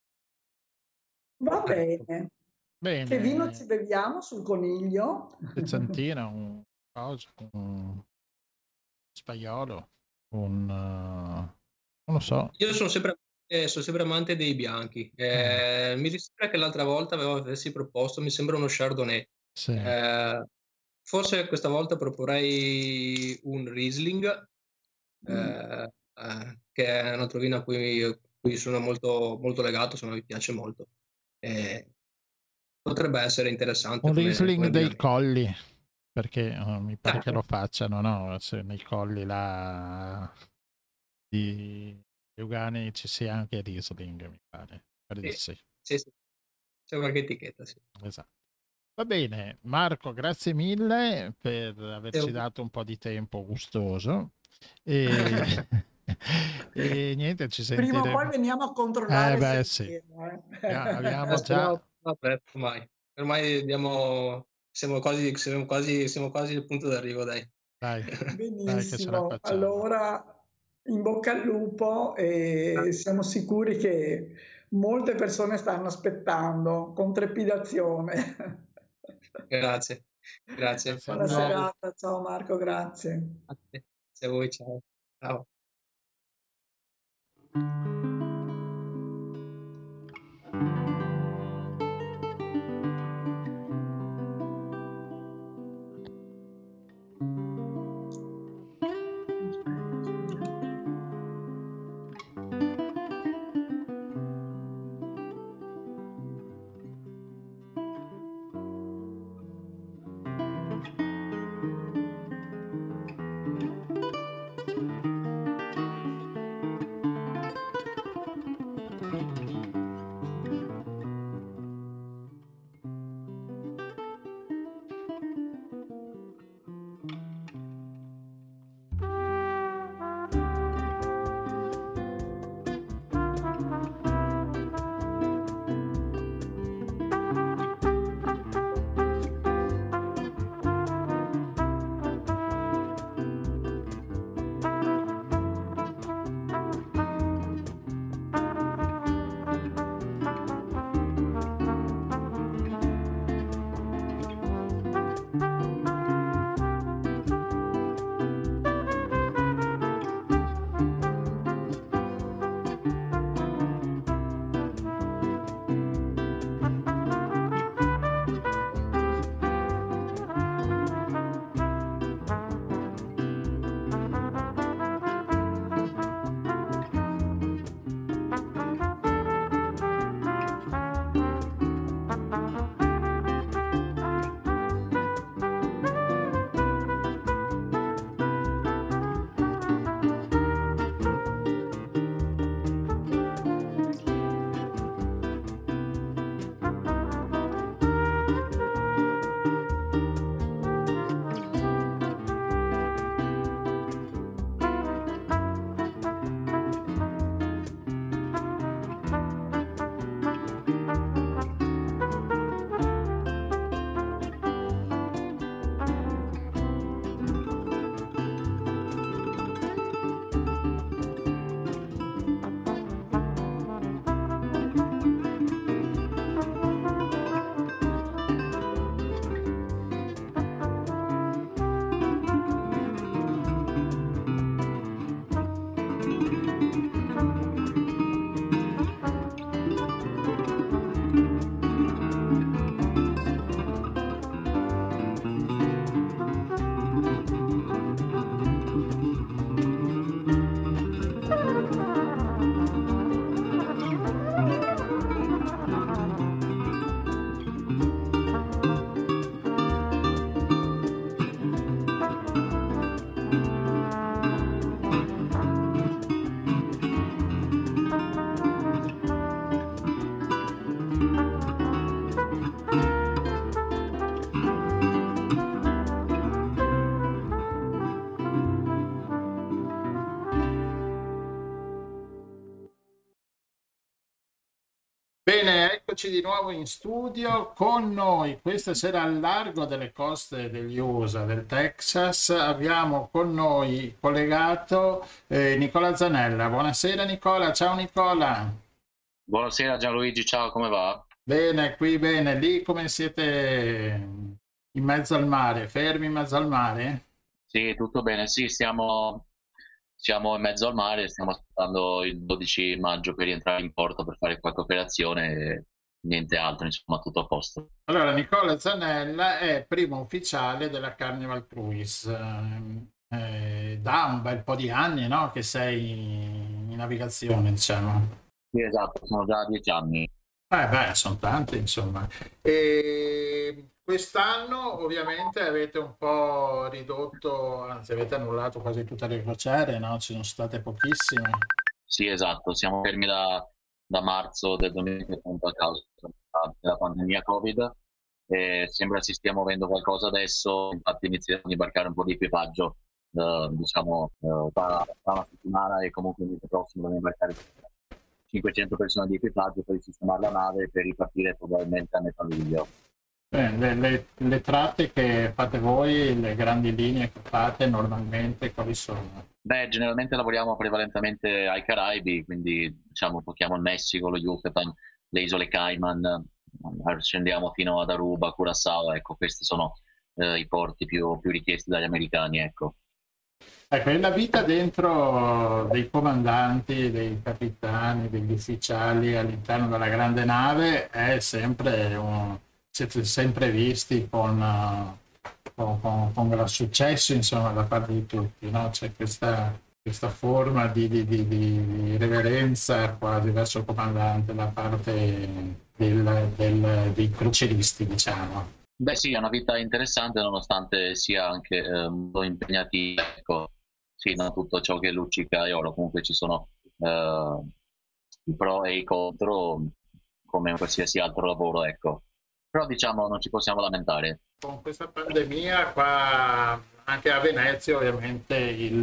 Va Ecco. bene. Che vino ci Bene, beviamo sul coniglio? Pezzantina, un spaiolo, non lo so. Io sono sempre amante dei bianchi. Mi risulta che l'altra volta avessi proposto, mi sembra uno Chardonnay. Sì. Forse questa volta proporrei un Riesling, che è un altro vino a cui sono molto legato, insomma mi piace molto. Potrebbe essere interessante Un Riesling come dei abbinamento. colli, perché mi pare che lo facciano, no? Se nei colli là di Lugani ci sia anche Riesling, mi pare. Pare di Sì, sì. sì. C'è qualche etichetta, sì. Esatto. Va bene, Marco, grazie mille per averci Devo dato un po' di tempo gustoso. E, e niente, ci Prima o poi sentiremo. veniamo a controllare se Beh, è sì. vero. Abbiamo già. speriamo presto ormai. Ormai siamo quasi al punto d'arrivo, dai. Dai che ce la Benissimo, facciamo. allora in bocca al lupo e siamo sicuri che molte persone stanno aspettando con trepidazione. Grazie, grazie. Grazie a Buona te. serata, ciao Marco, grazie. Grazie a voi, ciao. Ciao. eccoci di nuovo in studio con noi. Questa sera al largo delle coste degli USA, del Texas, abbiamo con noi collegato Nicola Zanella. Buonasera Nicola, ciao Nicola. Buonasera Gianluigi, ciao, come va? Bene, qui bene. Lì come siete in mezzo al mare? Fermi in mezzo al mare? Sì, tutto bene, sì, siamo in mezzo al mare, stiamo aspettando il 12 maggio per rientrare in porto per fare qualche operazione e niente altro, insomma, tutto a posto. Allora, Nicola Zanella è primo ufficiale della Carnival Cruise. Da un bel po' di anni, no? Che sei in navigazione, diciamo. Sì, esatto, sono già 10 anni. Beh, sono tanti, insomma. E quest'anno ovviamente avete un po' ridotto, anzi avete annullato quasi tutte le crociere, no? Ci sono state pochissime. Sì, esatto, siamo fermi da marzo del 2020 a causa della pandemia Covid e sembra si stia muovendo qualcosa adesso, infatti iniziamo a imbarcare un po' di equipaggio, diciamo, tra una settimana e comunque il mese prossimo dobbiamo imbarcare 500 persone di equipaggio per sistemare la nave e per ripartire probabilmente a metà luglio. Le tratte che fate voi, le grandi linee che fate normalmente, quali sono? Beh, generalmente lavoriamo prevalentemente ai Caraibi, quindi diciamo tocchiamo il Messico, lo Yucatan, le isole Cayman, scendiamo fino ad Aruba, Curaçao, ecco, questi sono i porti più richiesti dagli americani, ecco. Ecco, e la vita dentro dei comandanti, dei capitani, degli ufficiali all'interno della grande nave è sempre siete sempre visti con gran successo, insomma, da parte di tutti, no? C'è questa forma di reverenza quasi verso il comandante da parte dei croceristi, diciamo. Beh sì, è una vita interessante nonostante sia anche molto impegnativa, ecco. Sì, non tutto ciò che luccica è oro, comunque ci sono i pro e i contro come in qualsiasi altro lavoro, ecco. Però diciamo non ci possiamo lamentare. Con questa pandemia qua anche a Venezia ovviamente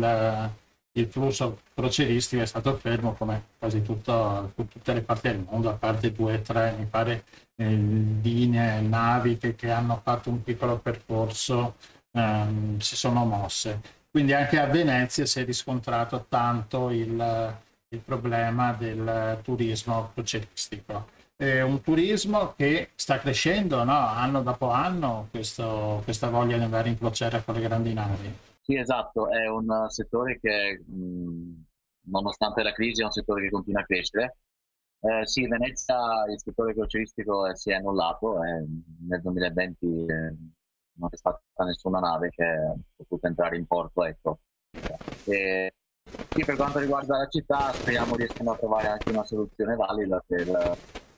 il flusso croceristico è stato fermo come quasi tutte le parti del mondo, a parte 2 o 3 mi pare linee, navi che hanno fatto un piccolo percorso, si sono mosse. Quindi anche a Venezia si è riscontrato tanto il problema del turismo croceristico. È un turismo che sta crescendo, no? Anno dopo anno, questa voglia di andare in crociera con le grandi navi. Sì, esatto, è un settore che nonostante la crisi è un settore che continua a crescere. Sì, Venezia, il settore crocieristico si è annullato, nel 2020 non è stata nessuna nave che è potuta entrare in porto, ecco. E, sì, per quanto riguarda la città, speriamo riuscire a trovare anche una soluzione valida per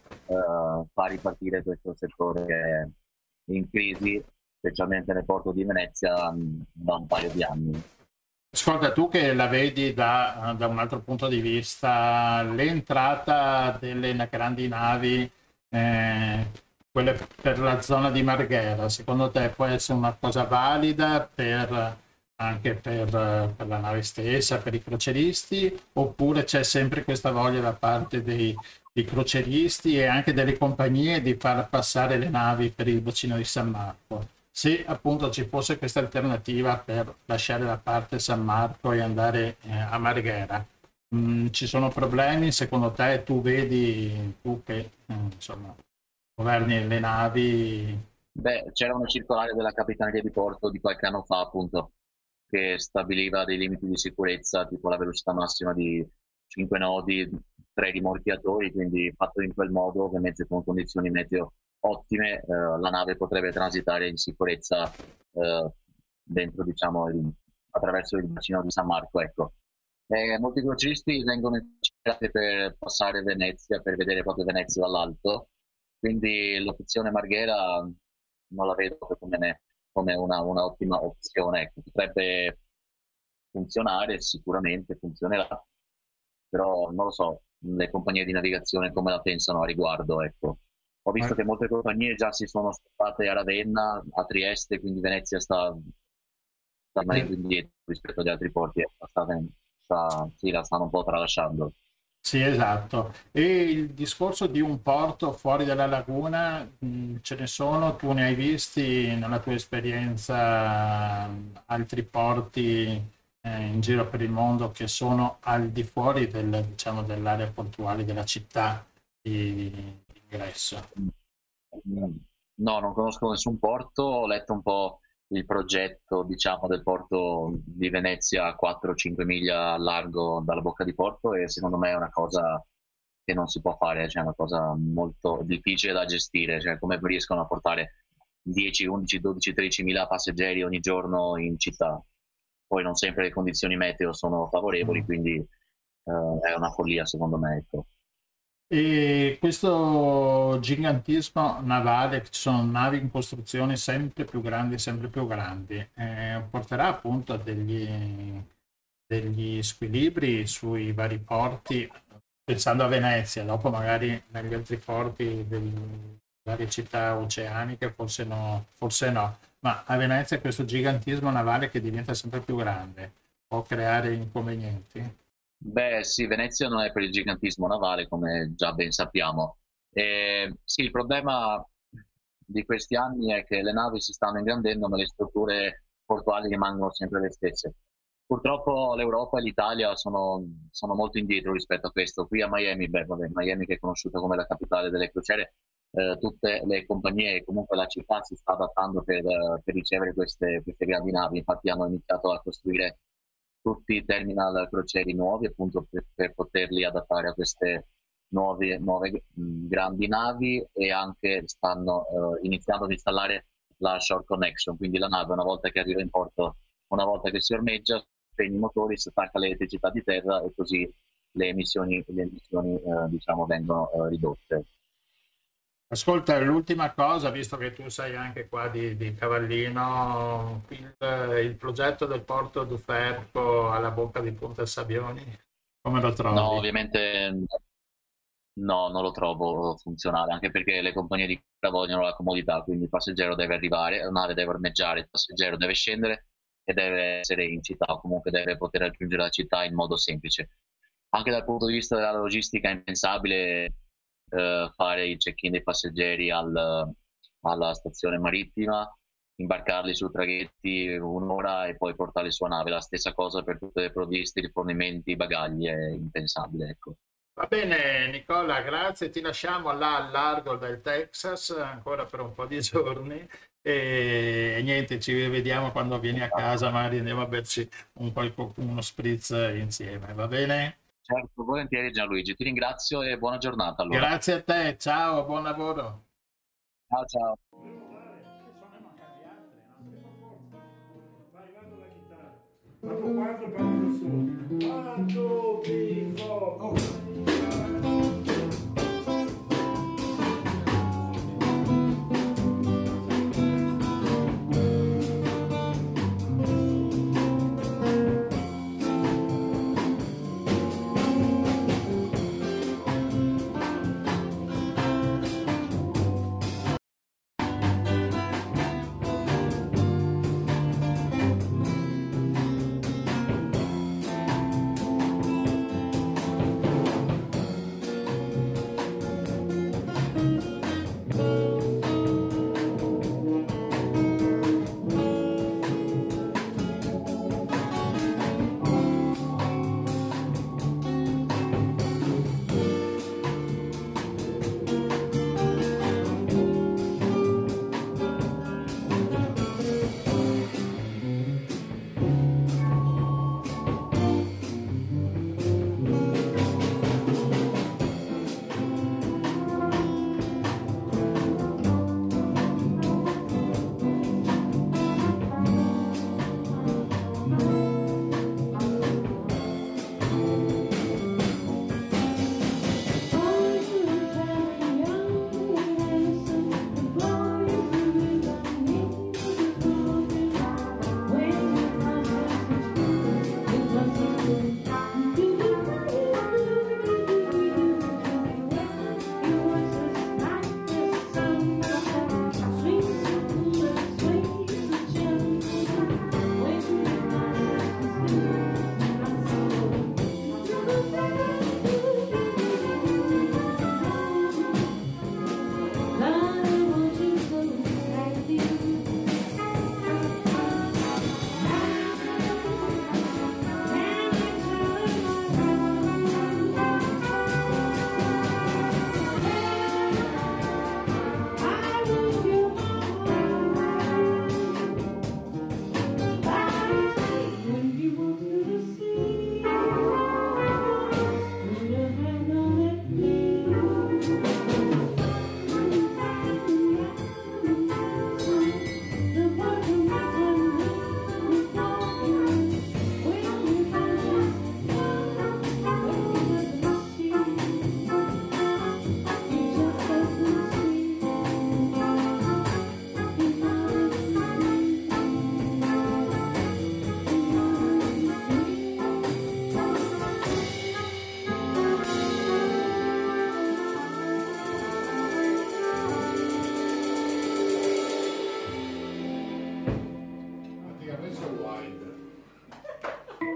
far ripartire questo settore che è in crisi, specialmente nel porto di Venezia, da un paio di anni. Ascolta, tu che la vedi da un altro punto di vista, l'entrata delle grandi navi, quelle per la zona di Marghera, secondo te può essere una cosa valida anche per la nave stessa, per i croceristi, oppure c'è sempre questa voglia da parte dei croceristi e anche delle compagnie di far passare le navi per il bacino di San Marco? Se appunto ci fosse questa alternativa per lasciare da parte San Marco e andare a Marghera, ci sono problemi secondo te? Tu vedi, tu che insomma governi le navi? Beh, c'era una circolare della Capitaneria di Porto di qualche anno fa, appunto, che stabiliva dei limiti di sicurezza, tipo la velocità massima di 5 nodi, 3 rimorchiatori, quindi fatto in quel modo, ovviamente con condizioni meteo ottime, la nave potrebbe transitare in sicurezza dentro, diciamo, attraverso il bacino di San Marco, ecco. Molti crocieristi vengono cercati per passare Venezia, per vedere proprio Venezia dall'alto, quindi l'opzione Marghera non la vedo come una ottima opzione, ecco. Potrebbe funzionare, sicuramente funzionerà, però non lo so, le compagnie di navigazione come la pensano a riguardo, ecco. Ho visto che molte compagnie già si sono spostate a Ravenna, a Trieste, quindi Venezia sta rimanendo indietro rispetto agli altri porti, sì, la stanno un po' tralasciando. Sì, esatto. E il discorso di un porto fuori dalla laguna, ce ne sono, tu ne hai visti nella tua esperienza altri porti in giro per il mondo che sono al di fuori diciamo, dell'area portuale della città di ingresso? Mm. No, non conosco nessun porto, ho letto un po' il progetto, diciamo, del porto di Venezia a 4-5 miglia a largo dalla bocca di porto e secondo me è una cosa che non si può fare, cioè è una cosa molto difficile da gestire, cioè come riescono a portare 10, 11, 12, 13 mila passeggeri ogni giorno in città. Poi non sempre le condizioni meteo sono favorevoli, Mm. quindi è una follia secondo me, ecco. E questo gigantismo navale, che ci sono navi in costruzione sempre più grandi, porterà appunto a degli squilibri sui vari porti, pensando a Venezia, dopo magari negli altri porti delle varie città oceaniche, forse no, ma a Venezia questo gigantismo navale che diventa sempre più grande può creare inconvenienti. Beh, sì, Venezia non è per il gigantismo navale, come già ben sappiamo. Sì, il problema di questi anni è che le navi si stanno ingrandendo, ma le strutture portuali rimangono sempre le stesse. Purtroppo l'Europa e l'Italia sono molto indietro rispetto a questo. Qui a Miami, beh, vabbè, Miami che è conosciuta come la capitale delle crociere, tutte le compagnie, comunque la città si sta adattando per ricevere queste grandi navi. Infatti hanno iniziato a costruire tutti i terminal crocieri nuovi appunto per poterli adattare a queste nuove grandi navi e anche stanno iniziando ad installare la shore connection, quindi la nave una volta che arriva in porto, una volta che si ormeggia, spegne i motori, si attacca l'elettricità di terra e così le emissioni diciamo vengono ridotte. Ascolta, l'ultima cosa, visto che tu sei anche qua di Cavallino, il progetto del porto d'Uferco alla bocca di Punta Sabbioni, come lo No, trovi? ovviamente no, non lo trovo funzionale, anche perché le compagnie di crociera vogliono la comodità, quindi il passeggero deve arrivare, la nave deve ormeggiare, il passeggero deve scendere e deve essere in città, o comunque deve poter raggiungere la città in modo semplice. Anche dal punto di vista della logistica è impensabile fare il check-in dei passeggeri alla stazione marittima, imbarcarli su traghetti un'ora e poi portarli su nave. La stessa cosa per tutte le provviste, rifornimenti, bagagli, è impensabile, ecco. Va bene, Nicola, grazie. Ti lasciamo là al largo del Texas ancora per un po' di giorni e niente, ci rivediamo quando vieni a casa, magari andiamo a berci uno spritz insieme, va bene? Certo, volentieri Gianluigi, ti ringrazio e buona giornata allora. Grazie a te, ciao, buon lavoro. Ciao ciao. Dopo 4 parlo su. 1, 2, 3, 4.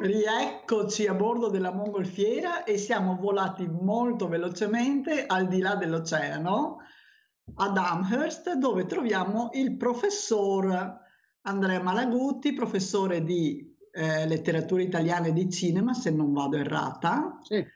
Rieccoci a bordo della mongolfiera e siamo volati molto velocemente al di là dell'oceano, ad Amherst, dove troviamo il professor Andrea Malaguti, professore di letteratura italiana e di cinema, se non vado errata, Sì.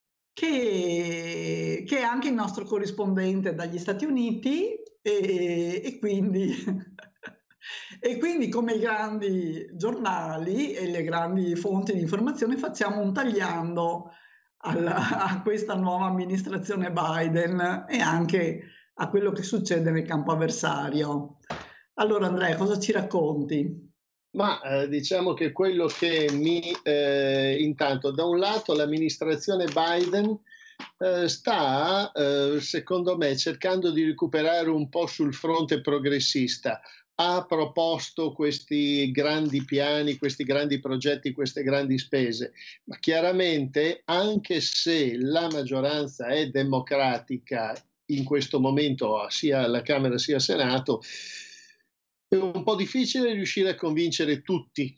che è anche il nostro corrispondente dagli Stati Uniti e quindi, e quindi come i grandi giornali e le grandi fonti di informazione facciamo un tagliando a questa nuova amministrazione Biden e anche a quello che succede nel campo avversario. Allora Andrea, cosa ci racconti? Ma diciamo che quello che intanto, da un lato l'amministrazione Biden sta, secondo me, cercando di recuperare un po' sul fronte progressista. Ha proposto questi grandi piani, questi grandi progetti, queste grandi spese, ma chiaramente, anche se la maggioranza è democratica in questo momento, sia alla Camera sia al Senato, è un po' difficile riuscire a convincere tutti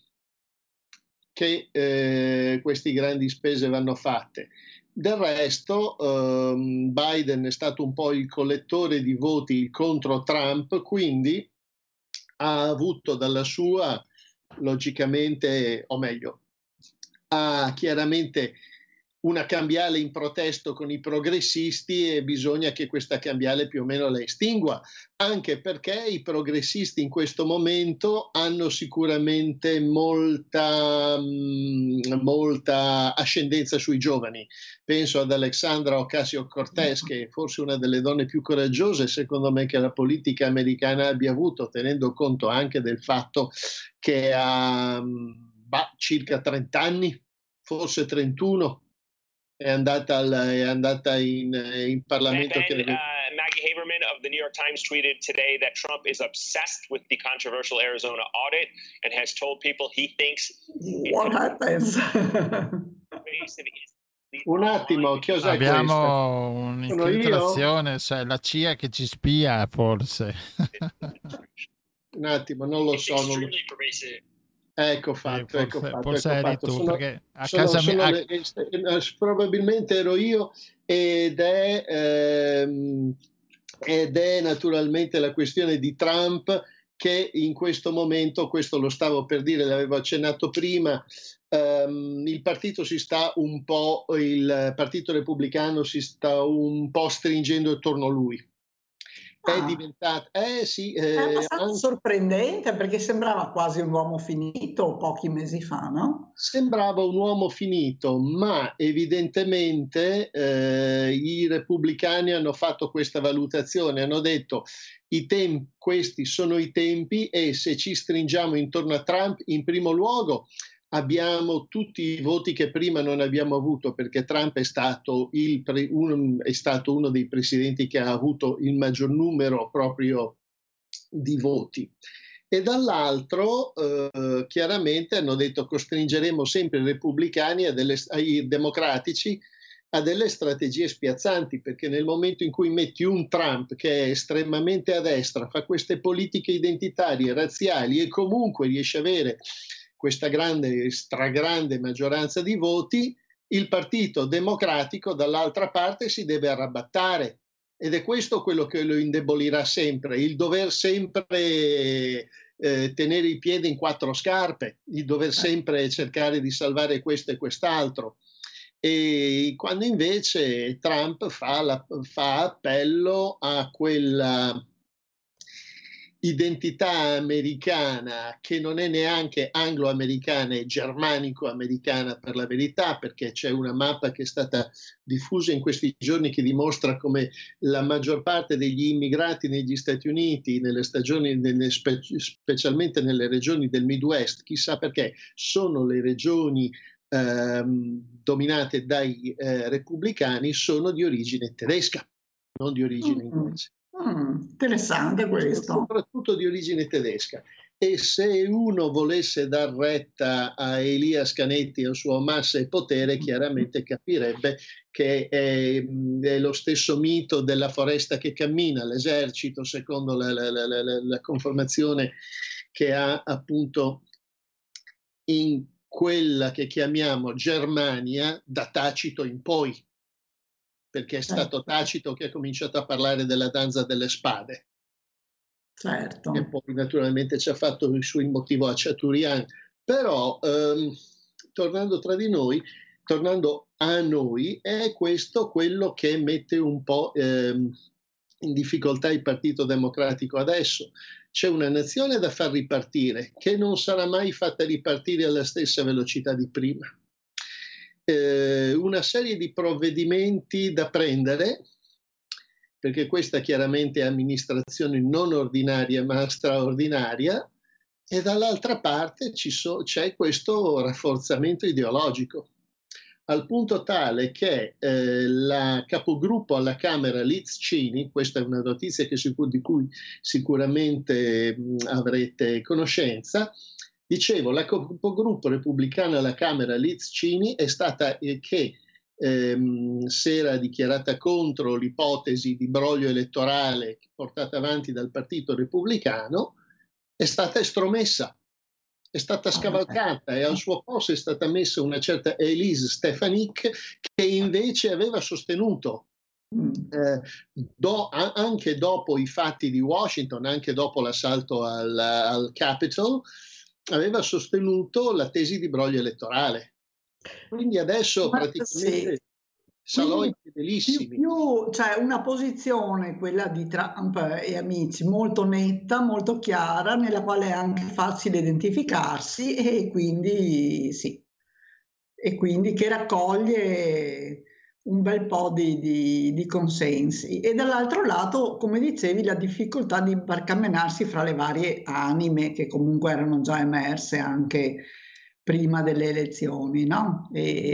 che queste grandi spese vanno fatte. Del resto, Biden è stato un po' il collettore di voti contro Trump, quindi ha avuto dalla sua, logicamente, o meglio, ha chiaramente una cambiale in protesto con i progressisti e bisogna che questa cambiale più o meno la estingua, anche perché i progressisti in questo momento hanno sicuramente molta ascendenza sui giovani. Penso ad Alexandra Ocasio-Cortez, che è forse una delle donne più coraggiose, secondo me, che la politica americana abbia avuto, tenendo conto anche del fatto che ha circa 30 anni, forse 31, è andata in Parlamento. Maggie Haberman of the New York Times tweeted today that Trump is obsessed with the controversial Arizona audit and has told people he thinks what happens. Un attimo, che cos'è abbiamo un'infiltrazione, cioè la CIA che ci spia forse. Un attimo, non lo so. Ecco fatto, forse eri tu, perché a casa mia probabilmente ero io ed è naturalmente la questione di Trump che in questo momento, questo lo stavo per dire, l'avevo accennato prima, il partito repubblicano si sta un po' stringendo attorno a lui. È diventato è abbastanza sorprendente, perché sembrava quasi un uomo finito pochi mesi fa, no? Sembrava un uomo finito, ma evidentemente i repubblicani hanno fatto questa valutazione, hanno detto questi sono i tempi e se ci stringiamo intorno a Trump, in primo luogo abbiamo tutti i voti che prima non abbiamo avuto, perché Trump è stato uno dei presidenti che ha avuto il maggior numero proprio di voti. E dall'altro chiaramente hanno detto costringeremo sempre i repubblicani ai democratici a delle strategie spiazzanti, perché nel momento in cui metti un Trump che è estremamente a destra, fa queste politiche identitarie, razziali e comunque riesce a avere questa stragrande maggioranza di voti, il Partito Democratico dall'altra parte si deve arrabattare, ed è questo quello che lo indebolirà sempre, il dover sempre tenere i piedi in quattro scarpe, il dover sempre cercare di salvare questo e quest'altro. E quando invece Trump fa appello a quella identità americana che non è neanche anglo-americana, è germanico-americana per la verità, perché c'è una mappa che è stata diffusa in questi giorni che dimostra come la maggior parte degli immigrati negli Stati Uniti, nelle stagioni, specialmente nelle regioni del Midwest, chissà perché, sono le regioni dominate dai repubblicani, sono di origine tedesca, non di origine inglese. Interessante questo. Soprattutto di origine tedesca. E se uno volesse dar retta a Elias Canetti, al suo massa e potere, chiaramente capirebbe che è lo stesso mito della foresta che cammina, l'esercito, secondo la conformazione che ha appunto in quella che chiamiamo Germania da Tacito in poi, perché è stato Tacito che ha cominciato a parlare della danza delle spade. Certo. E poi naturalmente ci ha fatto il suo motivo Chateaubriand. Però tornando a noi, è questo quello che mette un po' in difficoltà il Partito Democratico adesso. C'è una nazione da far ripartire, che non sarà mai fatta ripartire alla stessa velocità di prima. Una serie di provvedimenti da prendere, perché questa chiaramente è amministrazione non ordinaria ma straordinaria, e dall'altra parte c'è questo rafforzamento ideologico, al punto tale che la capogruppo alla Camera Liz Cheney, questa è una notizia di cui sicuramente avrete conoscenza, dicevo, la capogruppo repubblicana alla Camera Liz Cheney è stata che si era dichiarata contro l'ipotesi di broglio elettorale portata avanti dal Partito Repubblicano, è stata estromessa. È stata scavalcata e al suo posto è stata messa una certa Elise Stefanik, che invece aveva sostenuto anche dopo i fatti di Washington, anche dopo l'assalto al Capitol, aveva sostenuto la tesi di broglio elettorale. Quindi adesso praticamente salò fedelissimi. Cioè una posizione, quella di Trump e amici, molto netta, molto chiara, nella quale è anche facile identificarsi, e quindi sì, e quindi che raccoglie un bel po' di consensi. E dall'altro lato, come dicevi, la difficoltà di barcamenarsi fra le varie anime che comunque erano già emerse anche prima delle elezioni, no?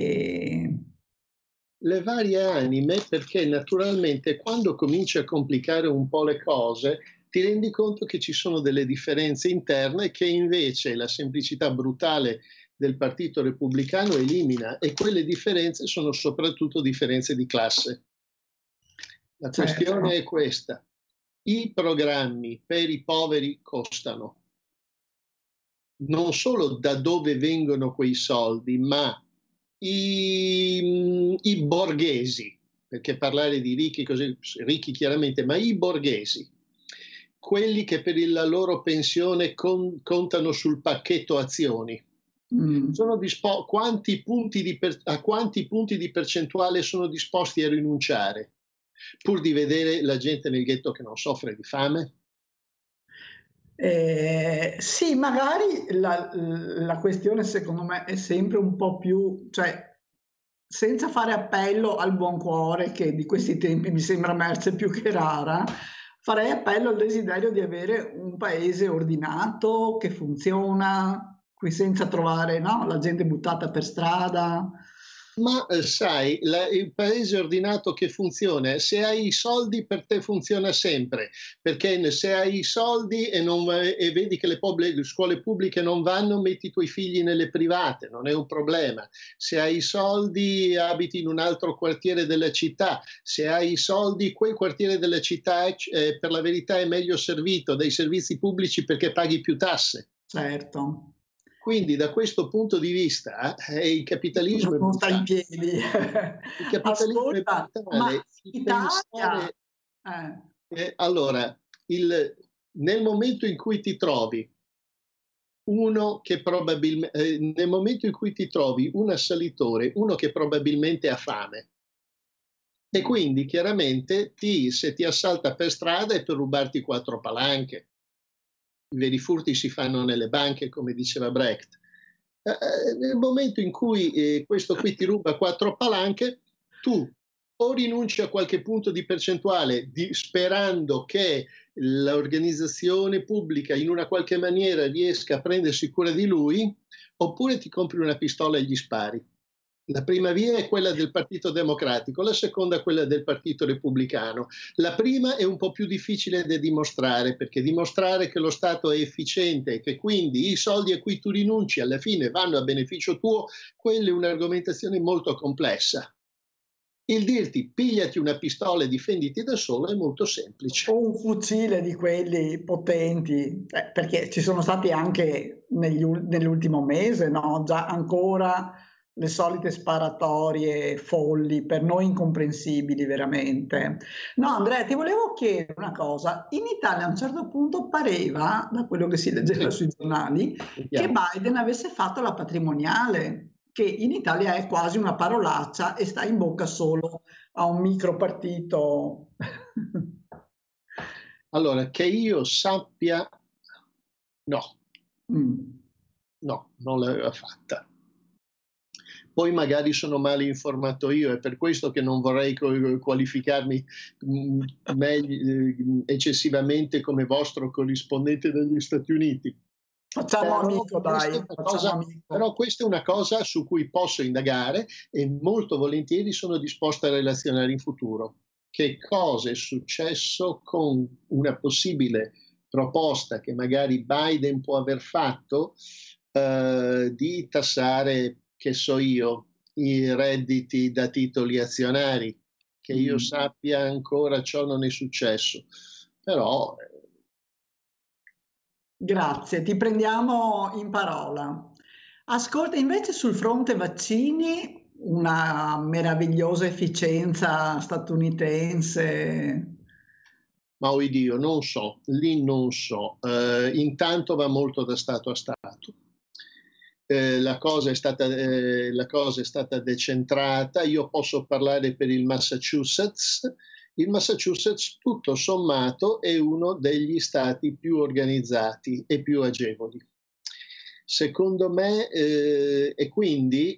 Le varie anime, perché naturalmente quando cominci a complicare un po' le cose ti rendi conto che ci sono delle differenze interne che invece la semplicità brutale del Partito Repubblicano elimina, e quelle differenze sono soprattutto differenze di classe. La questione è questa: i programmi per i poveri costano. Non solo da dove vengono quei soldi, ma i borghesi, perché parlare di ricchi così, ricchi chiaramente, ma i borghesi, quelli che per la loro pensione contano sul pacchetto azioni, sono a quanti punti di percentuale sono disposti a rinunciare pur di vedere la gente nel ghetto che non soffre di fame? Sì, magari la questione secondo me è sempre un po' più, cioè senza fare appello al buon cuore, che di questi tempi mi sembra merce più che rara, farei appello al desiderio di avere un paese ordinato, che funziona, qui senza trovare la gente buttata per strada. Ma sai, il paese ordinato che funziona, se hai i soldi per te funziona sempre, perché se hai i soldi e vedi che le scuole pubbliche non vanno, metti i tuoi figli nelle private, non è un problema. Se hai i soldi abiti in un altro quartiere della città, se hai i soldi quel quartiere della città per la verità è meglio servito dai servizi pubblici perché paghi più tasse. Certo. Quindi da questo punto di vista il capitalismo non sta in piedi. Il capitalismo è brutale. Italia... Allora, nel momento in cui ti trovi nel momento in cui ti trovi un assalitore, uno che probabilmente ha fame, e quindi chiaramente se ti assalta per strada è per rubarti 4 palanche. I veri furti si fanno nelle banche, come diceva Brecht. Nel momento in cui questo qui ti ruba 4 palanche, tu o rinunci a qualche punto di percentuale sperando che l'organizzazione pubblica in una qualche maniera riesca a prendersi cura di lui, oppure ti compri una pistola e gli spari. La prima via è quella del Partito Democratico, la seconda è quella del Partito Repubblicano. La prima è un po' più difficile da dimostrare, perché dimostrare che lo Stato è efficiente e che quindi i soldi a cui tu rinunci alla fine vanno a beneficio tuo, quella è un'argomentazione molto complessa. Il dirti pigliati una pistola e difenditi da solo è molto semplice. O un fucile di quelli potenti, perché ci sono stati anche nell'ultimo mese, no? Già ancora le solite sparatorie folli, per noi incomprensibili veramente. No, Andrea, ti volevo chiedere una cosa. In Italia a un certo punto pareva, da quello che si leggeva sui giornali, che Biden avesse fatto la patrimoniale, che in Italia è quasi una parolaccia e sta in bocca solo a un micro partito. Allora, che io sappia, no. No, non l'aveva fatta. Poi magari sono male informato io, è per questo che non vorrei qualificarmi eccessivamente come vostro corrispondente degli Stati Uniti. Facciamo amico, dai. Però questa è una cosa su cui posso indagare e molto volentieri sono disposto a relazionare in futuro. Che cosa è successo con una possibile proposta che magari Biden può aver fatto di tassare, che so io, i redditi da titoli azionari. Che io sappia ancora ciò non è successo. Però... Grazie, ti prendiamo in parola. Ascolta, invece sul fronte vaccini, una meravigliosa efficienza statunitense. Ma oddio, non so, lì non so. Intanto va molto da stato a stato. La cosa è stata decentrata. Io posso parlare per il Massachusetts. Il Massachusetts, tutto sommato, è uno degli stati più organizzati e più agevoli. Secondo me, e quindi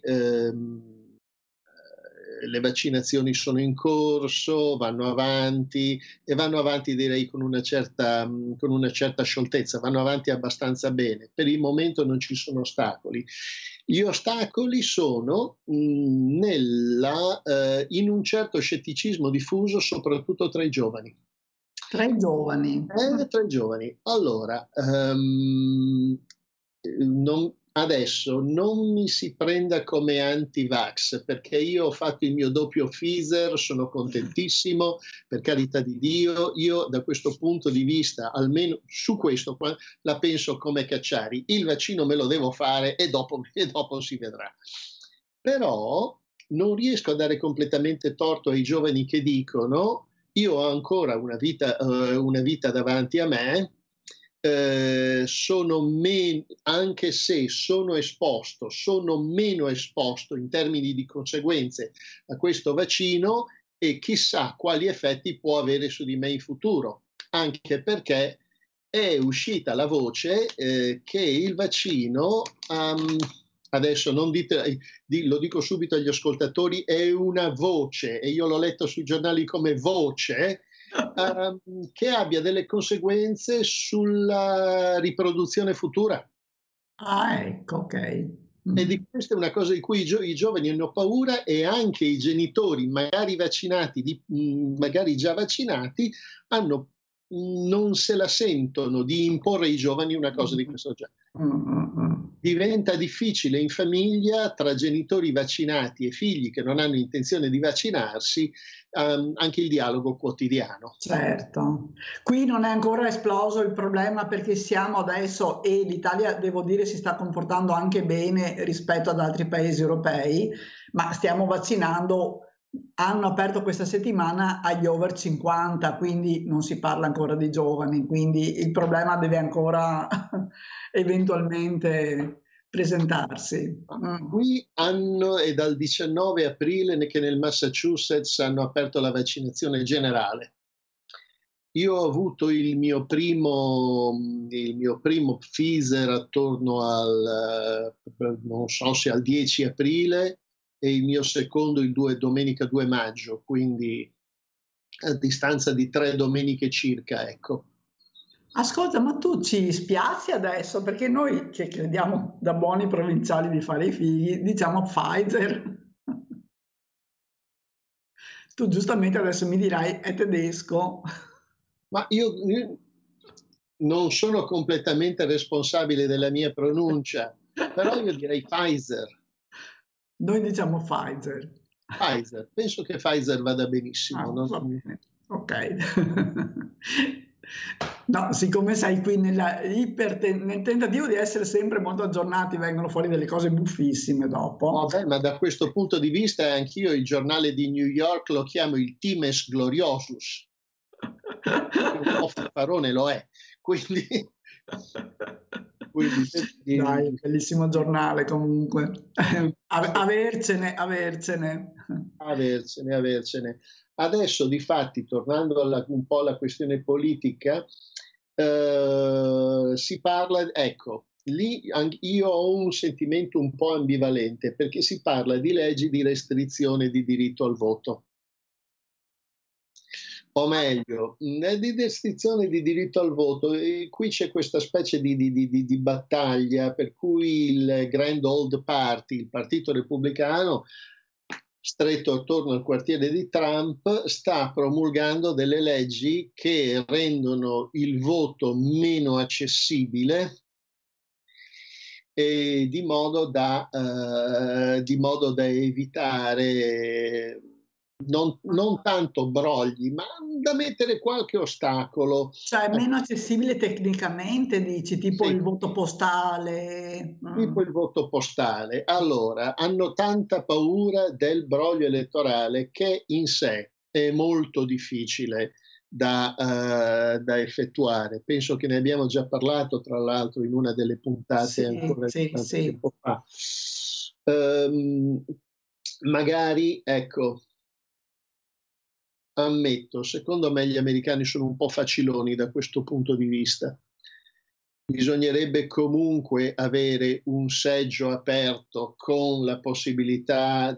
le vaccinazioni sono in corso, vanno avanti e vanno avanti direi con una certa scioltezza, vanno avanti abbastanza bene. Per il momento non ci sono ostacoli. Gli ostacoli sono in un certo scetticismo diffuso soprattutto tra i giovani. Tra i giovani? Tra i giovani. Allora, adesso non mi si prenda come anti-vax, perché io ho fatto il mio doppio Pfizer, sono contentissimo, per carità di Dio. Io da questo punto di vista, almeno su questo, la penso come Cacciari. Il vaccino me lo devo fare e dopo si vedrà. Però non riesco a dare completamente torto ai giovani che dicono: io ho ancora una vita davanti a me, anche se sono meno esposto in termini di conseguenze a questo vaccino, e chissà quali effetti può avere su di me in futuro, anche perché è uscita la voce che il vaccino, adesso non dite, lo dico subito agli ascoltatori, è una voce, e io l'ho letto sui giornali come voce, che abbia delle conseguenze sulla riproduzione futura. Ah, ecco, ok. E di questa è una cosa di cui i giovani hanno paura, e anche i genitori, magari vaccinati, magari già vaccinati, non se la sentono di imporre ai giovani una cosa di questo genere. Diventa difficile in famiglia, tra genitori vaccinati e figli che non hanno intenzione di vaccinarsi, anche il dialogo quotidiano. Certo, qui non è ancora esploso il problema, perché siamo adesso, e l'Italia, devo dire, si sta comportando anche bene rispetto ad altri paesi europei, ma stiamo vaccinando. Hanno aperto questa settimana agli over 50, quindi non si parla ancora di giovani, quindi il problema deve ancora eventualmente presentarsi. Qui è dal 19 aprile che nel Massachusetts hanno aperto la vaccinazione generale. Io ho avuto il mio primo Pfizer attorno non so se al 10 aprile, e il mio secondo domenica 2 maggio, quindi a distanza di 3 domeniche circa, ecco. Ascolta, ma tu ci spiazzi adesso, perché noi che crediamo da buoni provinciali di fare i figli, diciamo Pfizer. Tu giustamente adesso mi dirai è tedesco. Ma io non sono completamente responsabile della mia pronuncia, però io direi Pfizer. Noi diciamo Pfizer. Penso che Pfizer vada benissimo. Va bene. Ok. No, siccome sei qui nel tentativo di essere sempre molto aggiornati, vengono fuori delle cose buffissime dopo. Vabbè, ma da questo punto di vista anch'io il giornale di New York lo chiamo il Times Gloriosus. Un po' fanfarone lo è. Quindi dai, bellissimo giornale comunque. Avercene. Adesso, difatti, tornando un po' alla questione politica, si parla, ecco, lì io ho un sentimento un po' ambivalente, perché si parla di leggi di restrizione di diritto al voto. O meglio, di restrizione di diritto al voto, e qui c'è questa specie di battaglia per cui il Grand Old Party, il Partito Repubblicano, stretto attorno al quartiere di Trump, sta promulgando delle leggi che rendono il voto meno accessibile, e di modo da evitare non tanto brogli, ma da mettere qualche ostacolo. Cioè meno accessibile tecnicamente, dici, tipo il voto postale. Tipo il voto postale. Allora, hanno tanta paura del broglio elettorale che in sé è molto difficile da effettuare. Penso che ne abbiamo già parlato, tra l'altro, in una delle puntate ancora tempo fa. Magari, ecco, ammetto, secondo me gli americani sono un po' faciloni da questo punto di vista. Bisognerebbe comunque avere un seggio aperto con la possibilità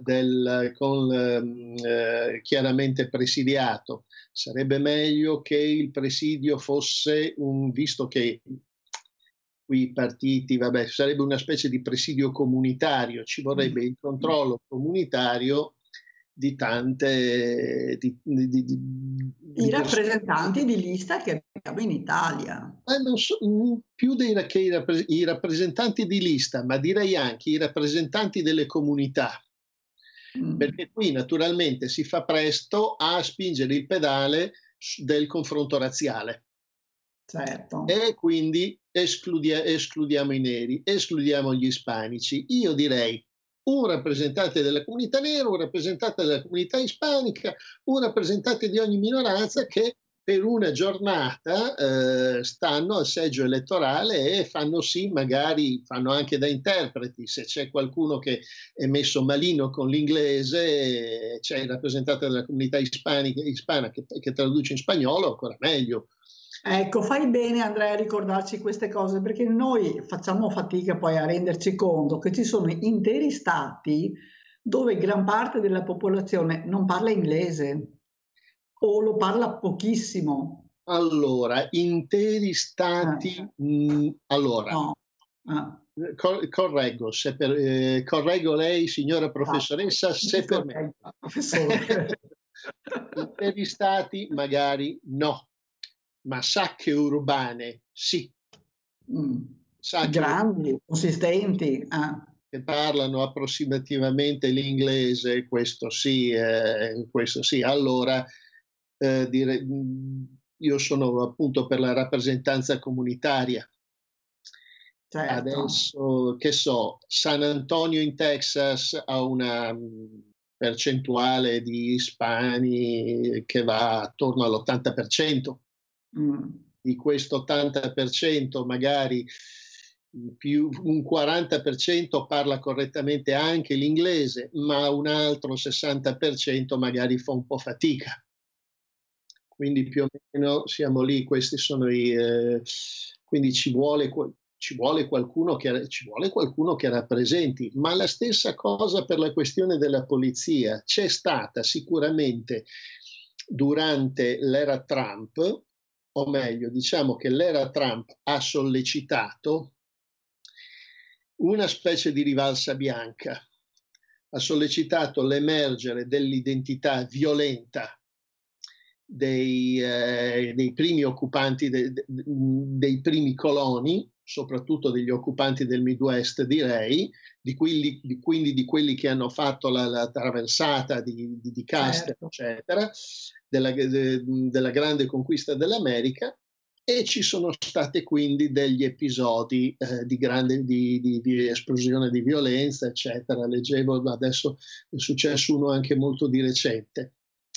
chiaramente presidiato. Sarebbe meglio che il presidio fosse visto che qui i partiti, vabbè, sarebbe una specie di presidio comunitario, ci vorrebbe il controllo comunitario di tante i rappresentanti di lista che abbiamo in Italia. Non so, più i rappresentanti di lista, ma direi anche i rappresentanti delle comunità, perché qui naturalmente si fa presto a spingere il pedale del confronto razziale. Certo. E quindi escludiamo i neri, escludiamo gli ispanici. Io direi un rappresentante della comunità nera, un rappresentante della comunità ispanica, un rappresentante di ogni minoranza che per una giornata stanno al seggio elettorale e magari fanno anche da interpreti. Se c'è qualcuno che è messo malino con l'inglese, c'è il rappresentante della comunità ispana che traduce in spagnolo, ancora meglio. Ecco, fai bene Andrea a ricordarci queste cose, perché noi facciamo fatica poi a renderci conto che ci sono interi stati dove gran parte della popolazione non parla inglese o lo parla pochissimo. Allora, interi stati, allora, no. Correggo lei, signora professoressa, se permette. Interi stati magari no, ma sacche urbane sì. Grandi, consistenti. Che parlano approssimativamente l'inglese, questo sì. Allora, io sono appunto per la rappresentanza comunitaria. Certo. Adesso, che so, San Antonio in Texas ha una percentuale di ispani che va attorno all'80%. Di questo 80% magari più un 40% parla correttamente anche l'inglese, ma un altro 60% magari fa un po' fatica. Quindi più o meno siamo lì, questi sono quindi ci vuole qualcuno che rappresenti, ma la stessa cosa per la questione della polizia. C'è stata sicuramente durante l'era Trump, o meglio, diciamo che l'era Trump ha sollecitato una specie di rivalsa bianca, ha sollecitato l'emergere dell'identità violenta dei primi occupanti, dei primi coloni, soprattutto degli occupanti del Midwest, direi, quindi di quelli che hanno fatto la traversata di Castro, certo, eccetera, della grande conquista dell'America, e ci sono stati quindi degli episodi di esplosione di violenza, eccetera. Leggevo, adesso è successo uno anche molto di recente.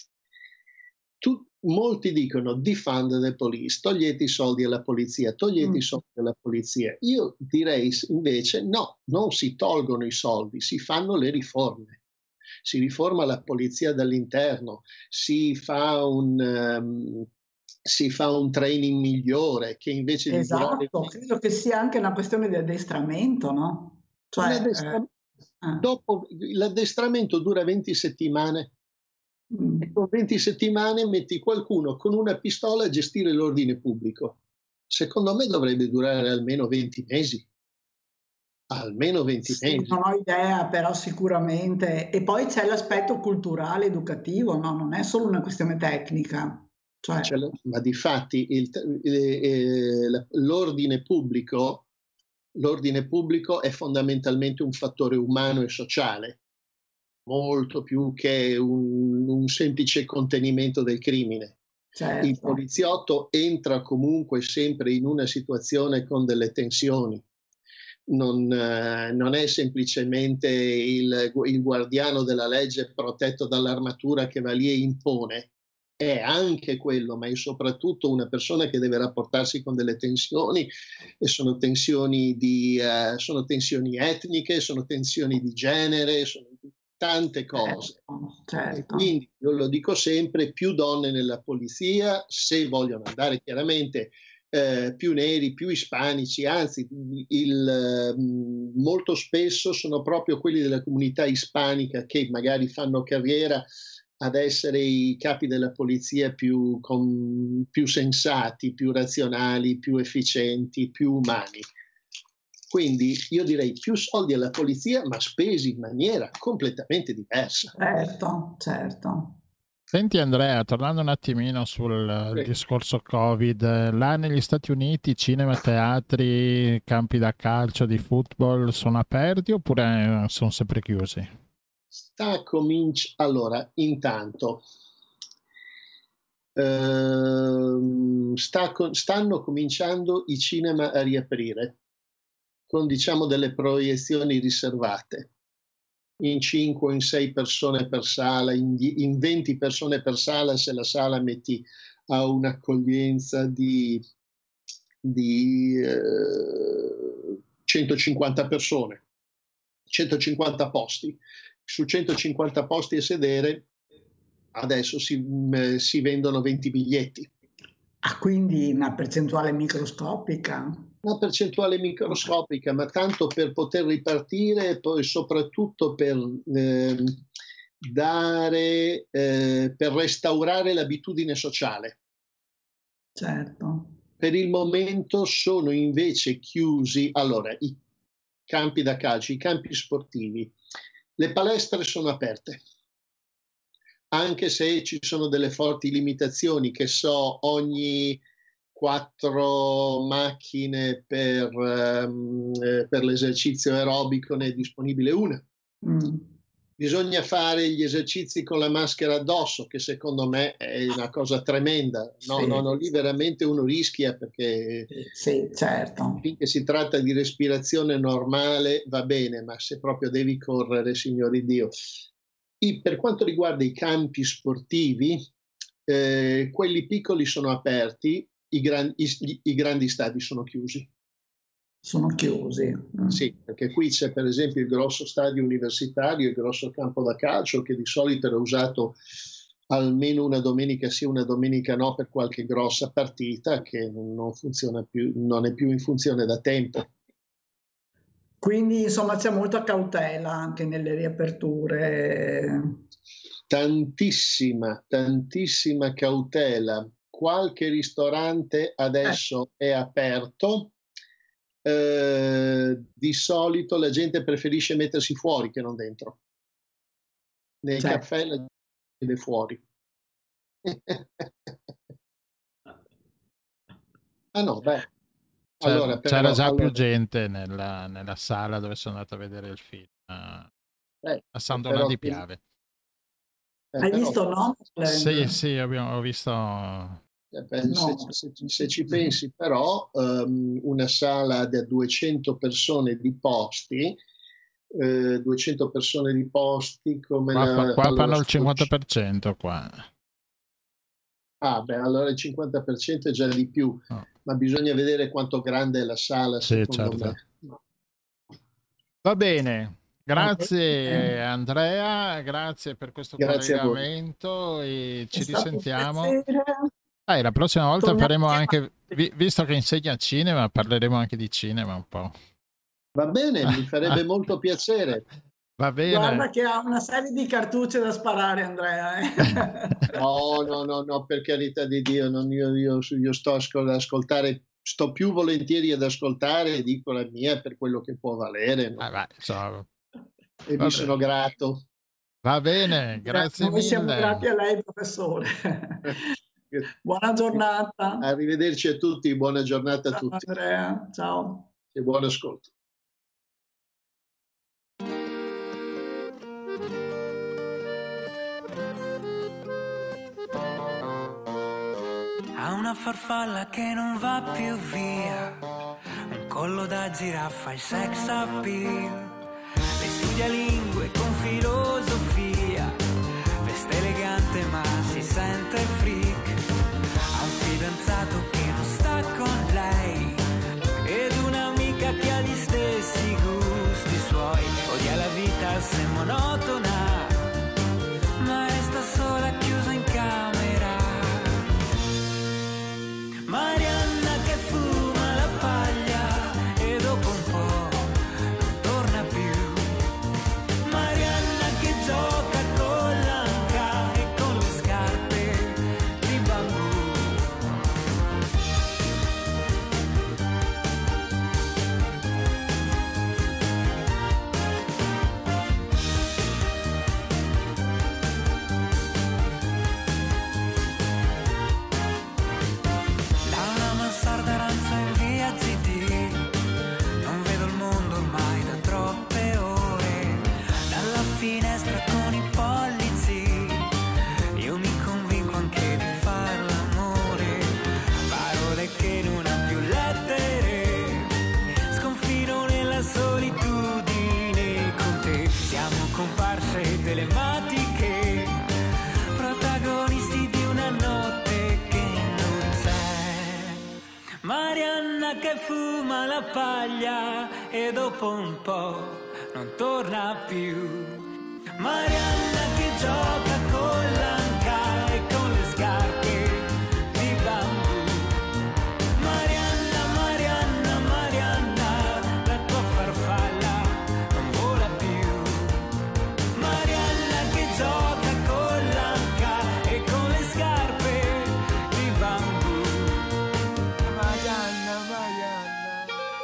Molti dicono defund the police, togliete i soldi alla polizia, togliete i soldi alla polizia. Io direi invece no, non si tolgono i soldi, si fanno le riforme. Si riforma la polizia dall'interno, si fa un training migliore che invece di durare... Credo che sia anche una questione di addestramento, no? Cioè, dopo l'addestramento dura 20 settimane. E con 20 settimane metti qualcuno con una pistola a gestire l'ordine pubblico. Secondo me dovrebbe durare almeno 20 mesi. Almeno 20 mesi. Non ho idea, però sicuramente. E poi c'è l'aspetto culturale, educativo, no? Non è solo una questione tecnica. Cioè... Ma difatti l'ordine pubblico è fondamentalmente un fattore umano e sociale, molto più che un semplice contenimento del crimine. Certo. Il poliziotto entra comunque sempre in una situazione con delle tensioni. Non è semplicemente il guardiano della legge protetto dall'armatura che va lì e impone. È anche quello, ma è soprattutto una persona che deve rapportarsi con delle tensioni, e sono tensioni etniche, sono tensioni di genere, sono tante cose. Certo. E quindi io lo dico sempre, più donne nella polizia, se vogliono andare chiaramente più neri, più ispanici, anzi molto spesso sono proprio quelli della comunità ispanica che magari fanno carriera ad essere i capi della polizia più sensati, più razionali, più efficienti, più umani. Quindi io direi più soldi alla polizia, ma spesi in maniera completamente diversa. Certo. Senti Andrea, tornando un attimino sul discorso Covid, là negli Stati Uniti cinema, teatri, campi da calcio, di football sono aperti oppure sono sempre chiusi? Allora, intanto stanno cominciando i cinema a riaprire con, diciamo, delle proiezioni riservate, in 5 o in 6 persone per sala, in 20 persone per sala se la sala metti a un'accoglienza di 150 persone, 150 posti. Su 150 posti a sedere adesso si vendono 20 biglietti. Quindi una percentuale microscopica? Una percentuale microscopica, ma tanto per poter ripartire e poi soprattutto per restaurare l'abitudine sociale. Certo. Per il momento sono invece chiusi, allora, i campi da calcio, i campi sportivi. Le palestre sono aperte, anche se ci sono delle forti limitazioni, che so, ogni 4 macchine per l'esercizio aerobico ne è disponibile una. Bisogna fare gli esercizi con la maschera addosso, che secondo me è una cosa tremenda. No, lì veramente uno rischia, perché sì, certo. Finché si tratta di respirazione normale va bene, ma se proprio devi correre, signori Dio. Per quanto riguarda i campi sportivi, quelli piccoli sono aperti, i grandi stadi sono chiusi. Sono chiusi. Sì, perché qui c'è per esempio il grosso stadio universitario, il grosso campo da calcio, che di solito era usato almeno una domenica sì, una domenica no, per qualche grossa partita, che non funziona più, non è più in funzione da tempo. Quindi insomma c'è molta cautela anche nelle riaperture. Tantissima cautela. Qualche ristorante adesso è aperto. Di solito la gente preferisce mettersi fuori che non dentro. Nei caffè la gente è fuori. No, beh. Allora, c'era già più gente nella sala dove sono andato a vedere il film a San Donà di Piave. Hai visto, no? Sì, ho visto No. Se ci pensi però, una sala da 200 persone di posti, 200 persone di posti come qua fanno il 50% qua. Ah, beh, allora il 50% è già di più, ma bisogna vedere quanto grande è la sala, Sì, secondo certo. me. No. Va bene, grazie Andrea, grazie per questo collegamento e ci risentiamo. Dai, la prossima volta faremo anche, visto che insegna cinema, parleremo anche di cinema un po'. Va bene, mi farebbe molto piacere. Va bene. Guarda che ha una serie di cartucce da sparare, Andrea. No, per carità di Dio, io sto ad ascoltare, sto più volentieri ad ascoltare e dico la mia per quello che può valere. No? E vi sono grato. Va bene, grazie mille. Noi siamo grati a lei, professore. Buona giornata. Arrivederci a tutti, buona giornata a tutti. Andrea, ciao. E buon ascolto. Ha una farfalla che non va più via, un collo da giraffa e sex appeal. Lei studia lingue con filosofia, veste elegante ma si sente freak. Ha un fidanzato che non sta con lei ed un'amica che ha gli stessi gusti suoi. Odia la vita se monotona, ma resta sola chiusa in camera. Marianna che fuma la paglia e dopo un po' non torna più. Marianna che gioca con l'anca e con le scarpe di bambù. Telematiche, protagonisti di una notte che non c'è. Marianna che fuma la paglia e dopo un po' non torna più. Marianna che gioca con l'anca e con le scarpe di bambù. Marianna, Marianna, Marianna, la tua farfalla non vola più. Gioca con l'anca e con le scarpe di bambù. Marianna, Marianna.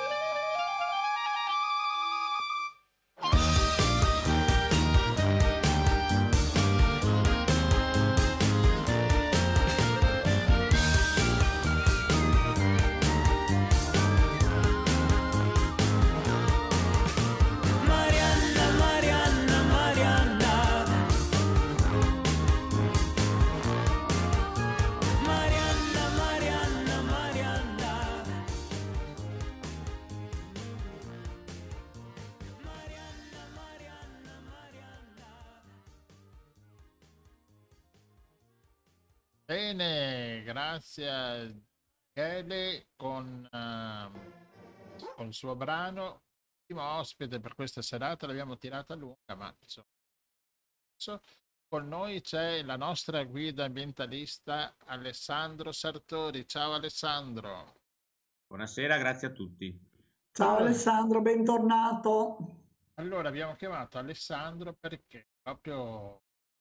Bene, grazie a Michele con il suo brano. L'ultimo ospite per questa serata l'abbiamo tirata lunga, ma insomma, con noi c'è la nostra guida ambientalista Alessandro Sartori. Ciao Alessandro. Buonasera, grazie a tutti. Ciao Alessandro, bentornato. Allora, abbiamo chiamato Alessandro perché proprio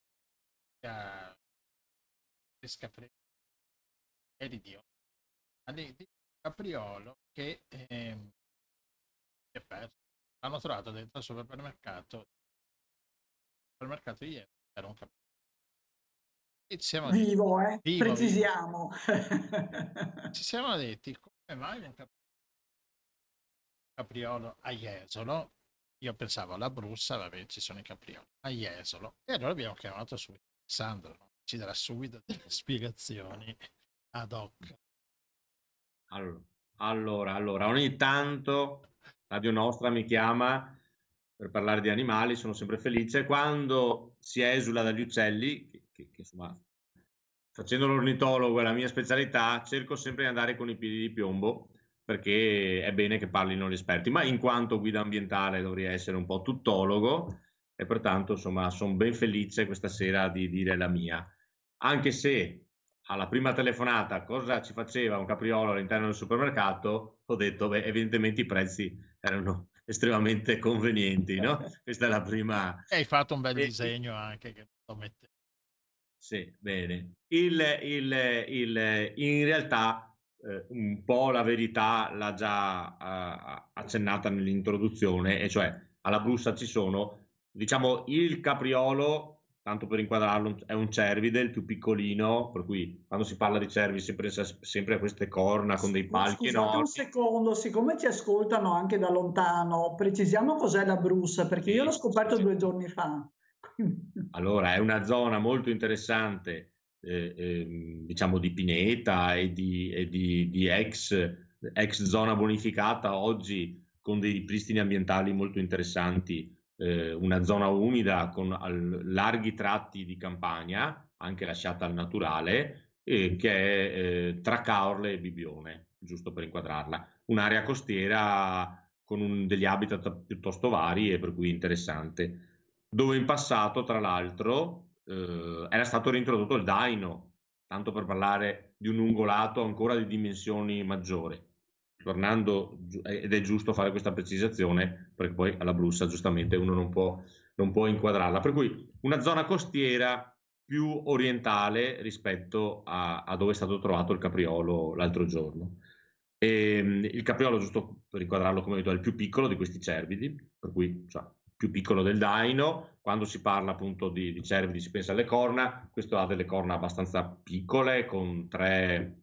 è l'idiota di Capriolo che è perso. L'hanno trovato dentro al supermercato ieri, era un capriolo. E ci siamo vivo, vivo, precisiamo. Ci siamo detti come mai un capriolo a Jesolo. Io pensavo alla Brussa, vabbè, ci sono i caprioli a Jesolo, e allora abbiamo chiamato subito Alessandro, no? Ci darà subito delle spiegazioni ad hoc. Allora, ogni tanto Radio Nostra mi chiama per parlare di animali, sono sempre felice. Quando si esula dagli uccelli, che insomma, facendo l'ornitologo è la mia specialità, cerco sempre di andare con i piedi di piombo, perché è bene che parlino gli esperti, ma in quanto guida ambientale dovrei essere un po' tuttologo e pertanto insomma sono ben felice questa sera di dire la mia, anche se alla prima telefonata cosa ci faceva un capriolo all'interno del supermercato, ho detto beh, evidentemente i prezzi erano estremamente convenienti, no? Questa è la prima. E hai fatto un bel disegno anche che lo mette. Sì, bene. In realtà un po' la verità l'ha già accennata nell'introduzione, e cioè alla Brussa ci sono, diciamo, il capriolo, tanto per inquadrarlo, è un cervide, il più piccolino, per cui quando si parla di cervi sempre a queste corna con dei palchi Scusate enormi. un secondo, siccome ci ascoltano anche da lontano, precisiamo cos'è la Brussa, perché io l'ho scoperto 2 giorni fa. Allora, è una zona molto interessante, diciamo di pineta e di ex zona bonificata, oggi con dei pristini ambientali molto interessanti, una zona umida con larghi tratti di campagna, anche lasciata al naturale, che è tra Caorle e Bibbione, giusto per inquadrarla. Un'area costiera con degli habitat piuttosto vari e per cui interessante, dove in passato, tra l'altro, era stato reintrodotto il daino, tanto per parlare di un ungulato ancora di dimensioni maggiori. Tornando, ed è giusto fare questa precisazione, perché poi alla Brussa giustamente uno non può inquadrarla. Per cui una zona costiera più orientale rispetto a dove è stato trovato il capriolo l'altro giorno. Il capriolo, giusto per inquadrarlo come ho detto, è il più piccolo di questi cervidi, per cui cioè, più piccolo del daino. Quando si parla appunto di cervidi si pensa alle corna, questo ha delle corna abbastanza piccole con 3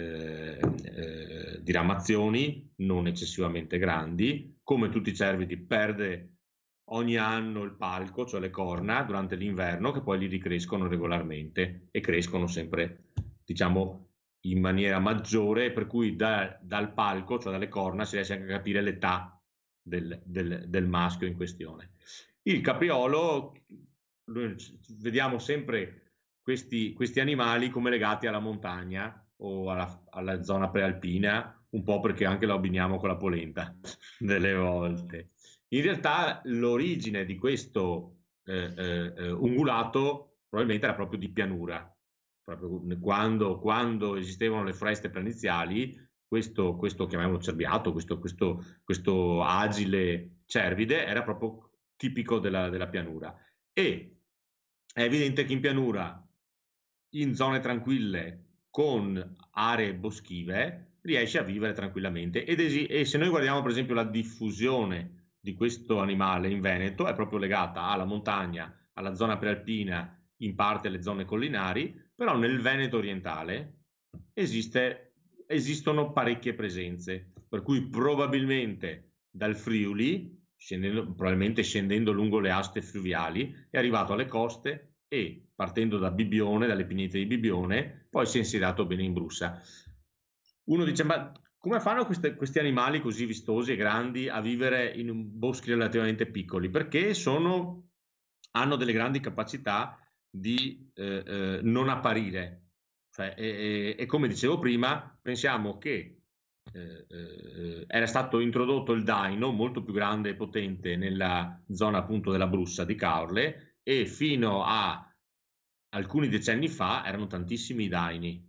diramazioni non eccessivamente grandi. Come tutti i cervidi perde ogni anno il palco, cioè le corna, durante l'inverno, che poi li ricrescono regolarmente e crescono sempre, diciamo, in maniera maggiore, per cui dal palco, cioè dalle corna, si riesce anche a capire l'età del maschio in questione. Il capriolo, vediamo sempre questi animali come legati alla montagna o alla zona prealpina, un po' perché anche lo abbiniamo con la polenta delle volte. In realtà l'origine di questo ungulato probabilmente era proprio di pianura. Proprio quando esistevano le foreste planiziali, questo chiamiamolo cerbiato, questo agile cervide era proprio tipico della pianura. E è evidente che in pianura, in zone tranquille, con aree boschive, riesce a vivere tranquillamente. E se noi guardiamo per esempio la diffusione di questo animale in Veneto, è proprio legata alla montagna, alla zona prealpina, in parte alle zone collinari, però nel Veneto orientale esistono parecchie presenze, per cui probabilmente dal Friuli, probabilmente scendendo lungo le aste fluviali, è arrivato alle coste e partendo da Bibbione, dalle pinete di Bibbione, poi si è insediato bene in Brussa. Uno dice, ma come fanno questi animali così vistosi e grandi a vivere in boschi relativamente piccoli? Perché hanno delle grandi capacità di non apparire. Cioè, e come dicevo prima, pensiamo che era stato introdotto il daino, molto più grande e potente, nella zona appunto della Brussa di Caorle, e fino a alcuni decenni fa erano tantissimi i daini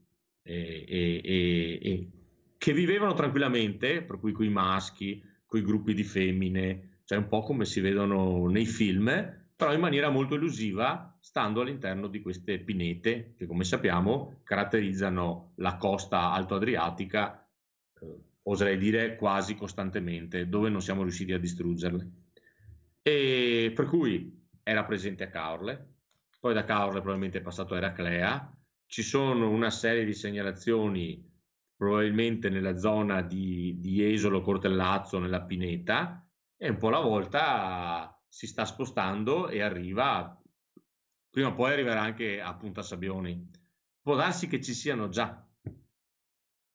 che vivevano tranquillamente, per cui coi maschi, coi gruppi di femmine, cioè un po' come si vedono nei film, però in maniera molto elusiva, stando all'interno di queste pinete che, come sappiamo, caratterizzano la costa altoadriatica, oserei dire quasi costantemente, dove non siamo riusciti a distruggerle. E per cui era presente a Caorle, poi da Caorle probabilmente è passato a Eraclea. Ci sono una serie di segnalazioni probabilmente nella zona di Jesolo, Cortellazzo, nella pineta, e un po' alla volta si sta spostando e arriva, prima o poi arriverà anche a Punta Sabbioni. Può darsi che ci siano già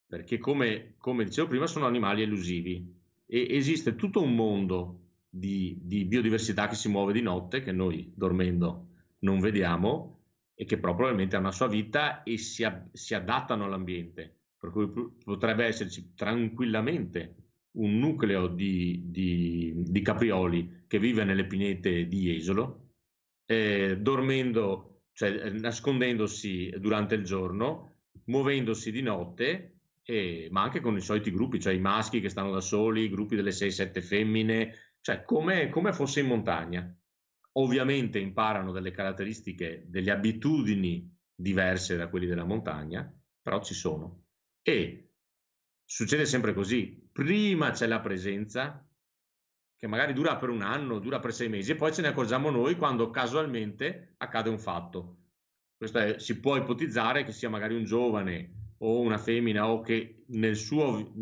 perché come dicevo prima sono animali elusivi e esiste tutto un mondo di biodiversità che si muove di notte, che noi dormendo non vediamo e che però probabilmente ha una sua vita e si adattano all'ambiente, per cui potrebbe esserci tranquillamente un nucleo di caprioli che vive nelle pinete di Jesolo, dormendo, cioè nascondendosi durante il giorno, muovendosi di notte, ma anche con i soliti gruppi, cioè i maschi che stanno da soli, i gruppi delle 6-7 femmine, cioè come fosse in montagna. Ovviamente imparano delle caratteristiche, delle abitudini diverse da quelli della montagna, però ci sono. E succede sempre così: prima c'è la presenza, che magari dura per un anno, dura per 6 mesi, e poi ce ne accorgiamo noi quando casualmente accade un fatto. Questo si può ipotizzare che sia magari un giovane o una femmina, o che nei suoi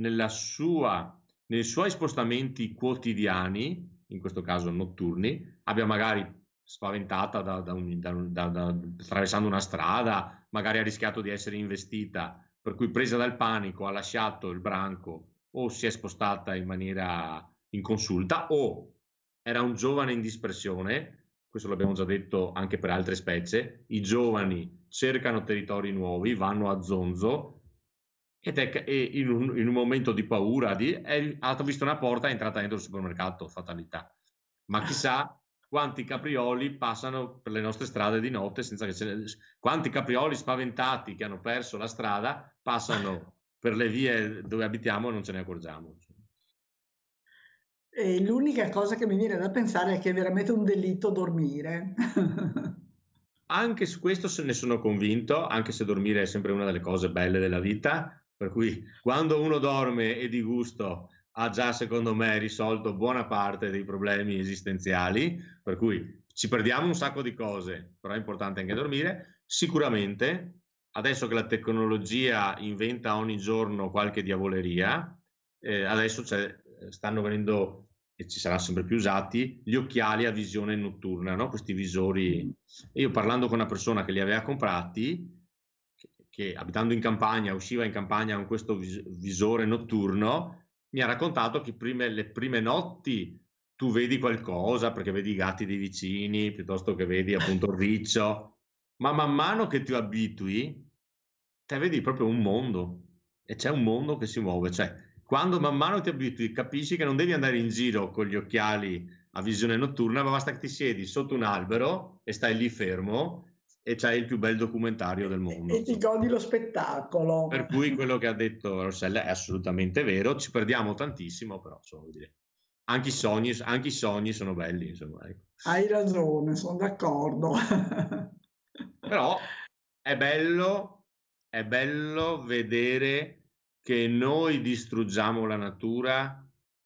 spostamenti quotidiani, in questo caso notturni, abbia magari spaventata attraversando una strada, magari ha rischiato di essere investita, per cui presa dal panico ha lasciato il branco o si è spostata in maniera inconsulta, o era un giovane in dispersione. Questo l'abbiamo già detto anche per altre specie: i giovani cercano territori nuovi, vanno a zonzo, e in un momento di paura ha visto una porta, è entrata dentro il supermercato, fatalità. Ma chissà quanti caprioli passano per le nostre strade di notte senza che quanti caprioli spaventati che hanno perso la strada passano per le vie dove abitiamo e non ce ne accorgiamo. E l'unica cosa che mi viene da pensare è che è veramente un delitto dormire. Anche su questo ne sono convinto, anche se dormire è sempre una delle cose belle della vita, per cui quando uno dorme e di gusto ha già, secondo me, risolto buona parte dei problemi esistenziali, per cui ci perdiamo un sacco di cose, però è importante anche dormire. Sicuramente, adesso che la tecnologia inventa ogni giorno qualche diavoleria, adesso stanno venendo, e ci saranno sempre più usati, gli occhiali a visione notturna, no? Questi visori. Io, parlando con una persona che li aveva comprati, che abitando in campagna, usciva in campagna con questo visore notturno, mi ha raccontato che le prime notti tu vedi qualcosa perché vedi i gatti dei vicini, piuttosto che vedi appunto il riccio, ma man mano che ti abitui, te vedi proprio un mondo, e c'è un mondo che si muove. Cioè, quando man mano ti abitui, capisci che non devi andare in giro con gli occhiali a visione notturna, ma basta che ti siedi sotto un albero e stai lì fermo e c'hai il più bel documentario del mondo. E ti godi lo spettacolo. Per cui quello che ha detto Rossella è assolutamente vero, ci perdiamo tantissimo, però insomma, dire, anche i sogni sono belli, insomma, ecco. Hai ragione, sono d'accordo. Però è bello vedere che noi distruggiamo la natura,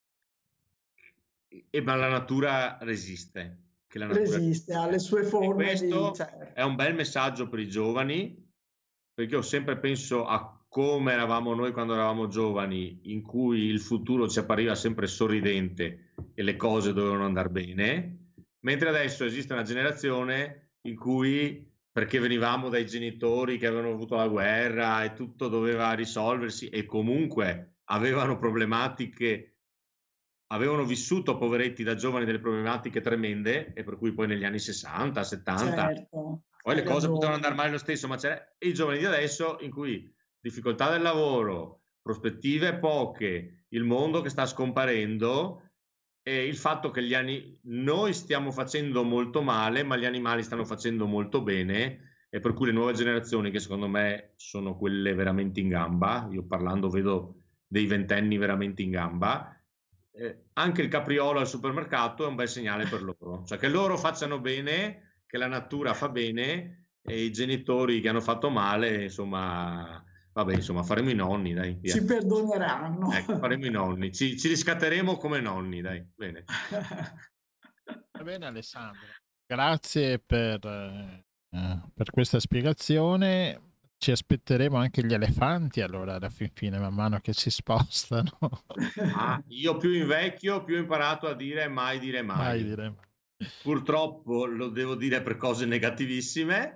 ma la natura resiste. Che la natura resiste alle sue forme. Questo è un bel messaggio per i giovani, perché io sempre penso a come eravamo noi quando eravamo giovani, in cui il futuro ci appariva sempre sorridente e le cose dovevano andare bene, mentre adesso esiste una generazione in cui, perché venivamo dai genitori che avevano avuto la guerra e tutto doveva risolversi, e comunque avevano problematiche, avevano vissuto, poveretti, da giovani, delle problematiche tremende, e per cui poi negli anni 60, 70, certo, poi le cose potevano andare male lo stesso, ma c'è i giovani di adesso in cui difficoltà del lavoro, prospettive poche, il mondo che sta scomparendo, e il fatto che noi stiamo facendo molto male, ma gli animali stanno facendo molto bene, e per cui le nuove generazioni, che secondo me sono quelle veramente in gamba, io parlando vedo dei ventenni veramente in gamba, anche il capriolo al supermercato è un bel segnale per loro, cioè che loro facciano bene, che la natura fa bene, e i genitori che hanno fatto male, insomma, vabbè, insomma, faremo i nonni, dai, via. Ci perdoneranno. Ecco, faremo i nonni, ci riscatteremo come nonni, dai, bene. Va bene, Alessandro, grazie per questa spiegazione. Ci aspetteremo anche gli elefanti, allora, alla fine, man mano che si spostano. Io più invecchio, più ho imparato a dire mai dire mai. Purtroppo lo devo dire per cose negativissime,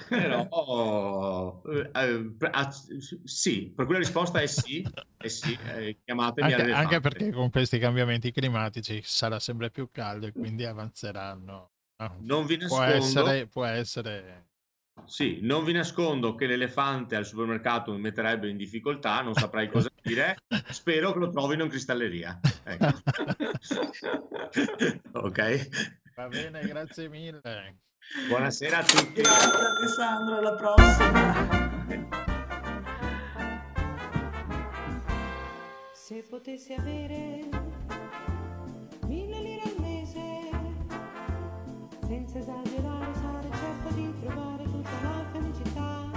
però sì, per quella risposta è sì, chiamatemi alle anche perché con questi cambiamenti climatici sarà sempre più caldo e quindi avanzeranno. Non vi nascondo, può essere. Sì, non vi nascondo che l'elefante al supermercato mi metterebbe in difficoltà, non saprei cosa dire. Spero che lo trovino in cristalleria. Ecco. Ok. Va bene, grazie mille. Buonasera a tutti. Grazie Alessandro, alla prossima. Se potessi avere 1000 lire al mese, senza esagerare sarei certa di trovare tutta la felicità.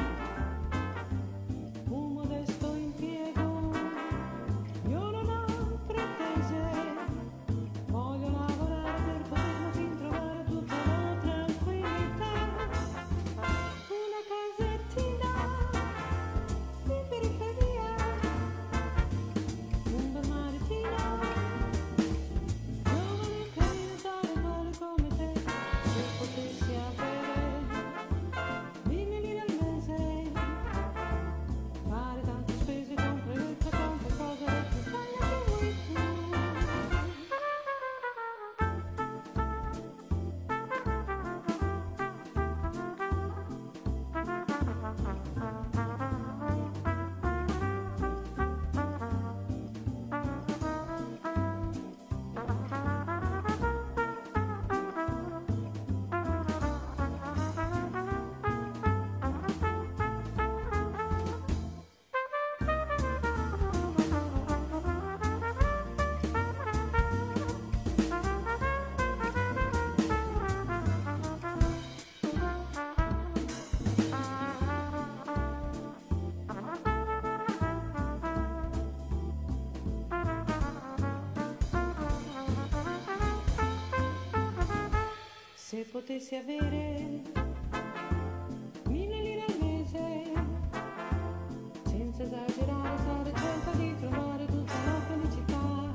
Un modesto impiego, io non ho pretese, voglio lavorare per poterlo fin trovare tutta la tranquillità. Una casettina in periferia, un bel maritino, giovane carino tale quale come te. Se potessi avere 1000 lire al mese, fare tante spese, comprare tante cose, quelle che vuoi tu. Se potessi avere 1000 lire al mese, senza esagerare sarei certa di trovare tutta la felicità.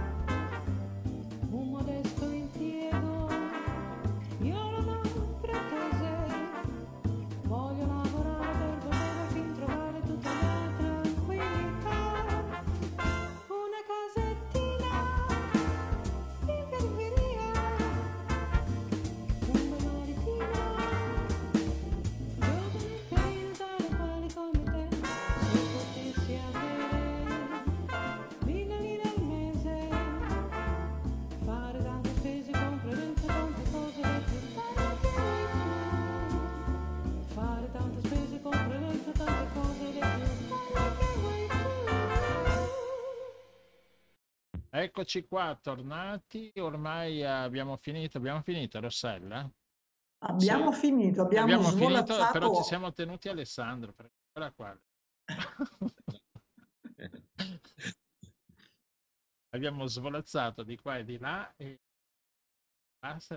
Un modesto impiego, io non ho pretese, voglio lavorare per poterlo fin trovare tutta la tranquillità. Una casettina in periferia, un bel maritino, giovane carino tale quale come te. Se potessi avere 1000 lire al mese, fare tante spese, comprare tante cose, quelle che vuoi tu. Fare tante spese, comprare tante cose, quelle che vuoi tu. Eccoci qua, tornati. Ormai abbiamo finito, Rossella? Abbiamo finito, abbiamo svolazzato. però ci siamo tenuti Alessandro, perché era qua. Abbiamo svolazzato di qua e di là e basta.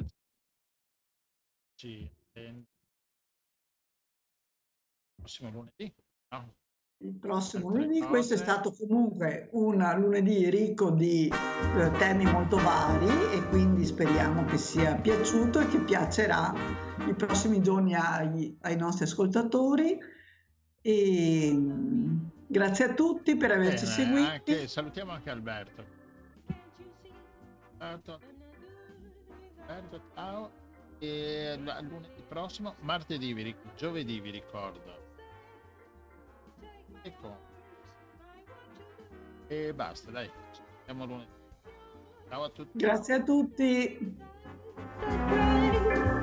Prossimo lunedì, no? Il prossimo lunedì, questo è stato comunque un lunedì ricco di temi molto vari e quindi speriamo che sia piaciuto e che piacerà i prossimi giorni ai nostri ascoltatori. E grazie a tutti per averci seguiti. Salutiamo anche Alberto. Alberto, ciao. E lunedì prossimo, giovedì vi ricordo. Ecco. E basta, dai. Siamo lunedì. Ciao a tutti. Grazie a tutti.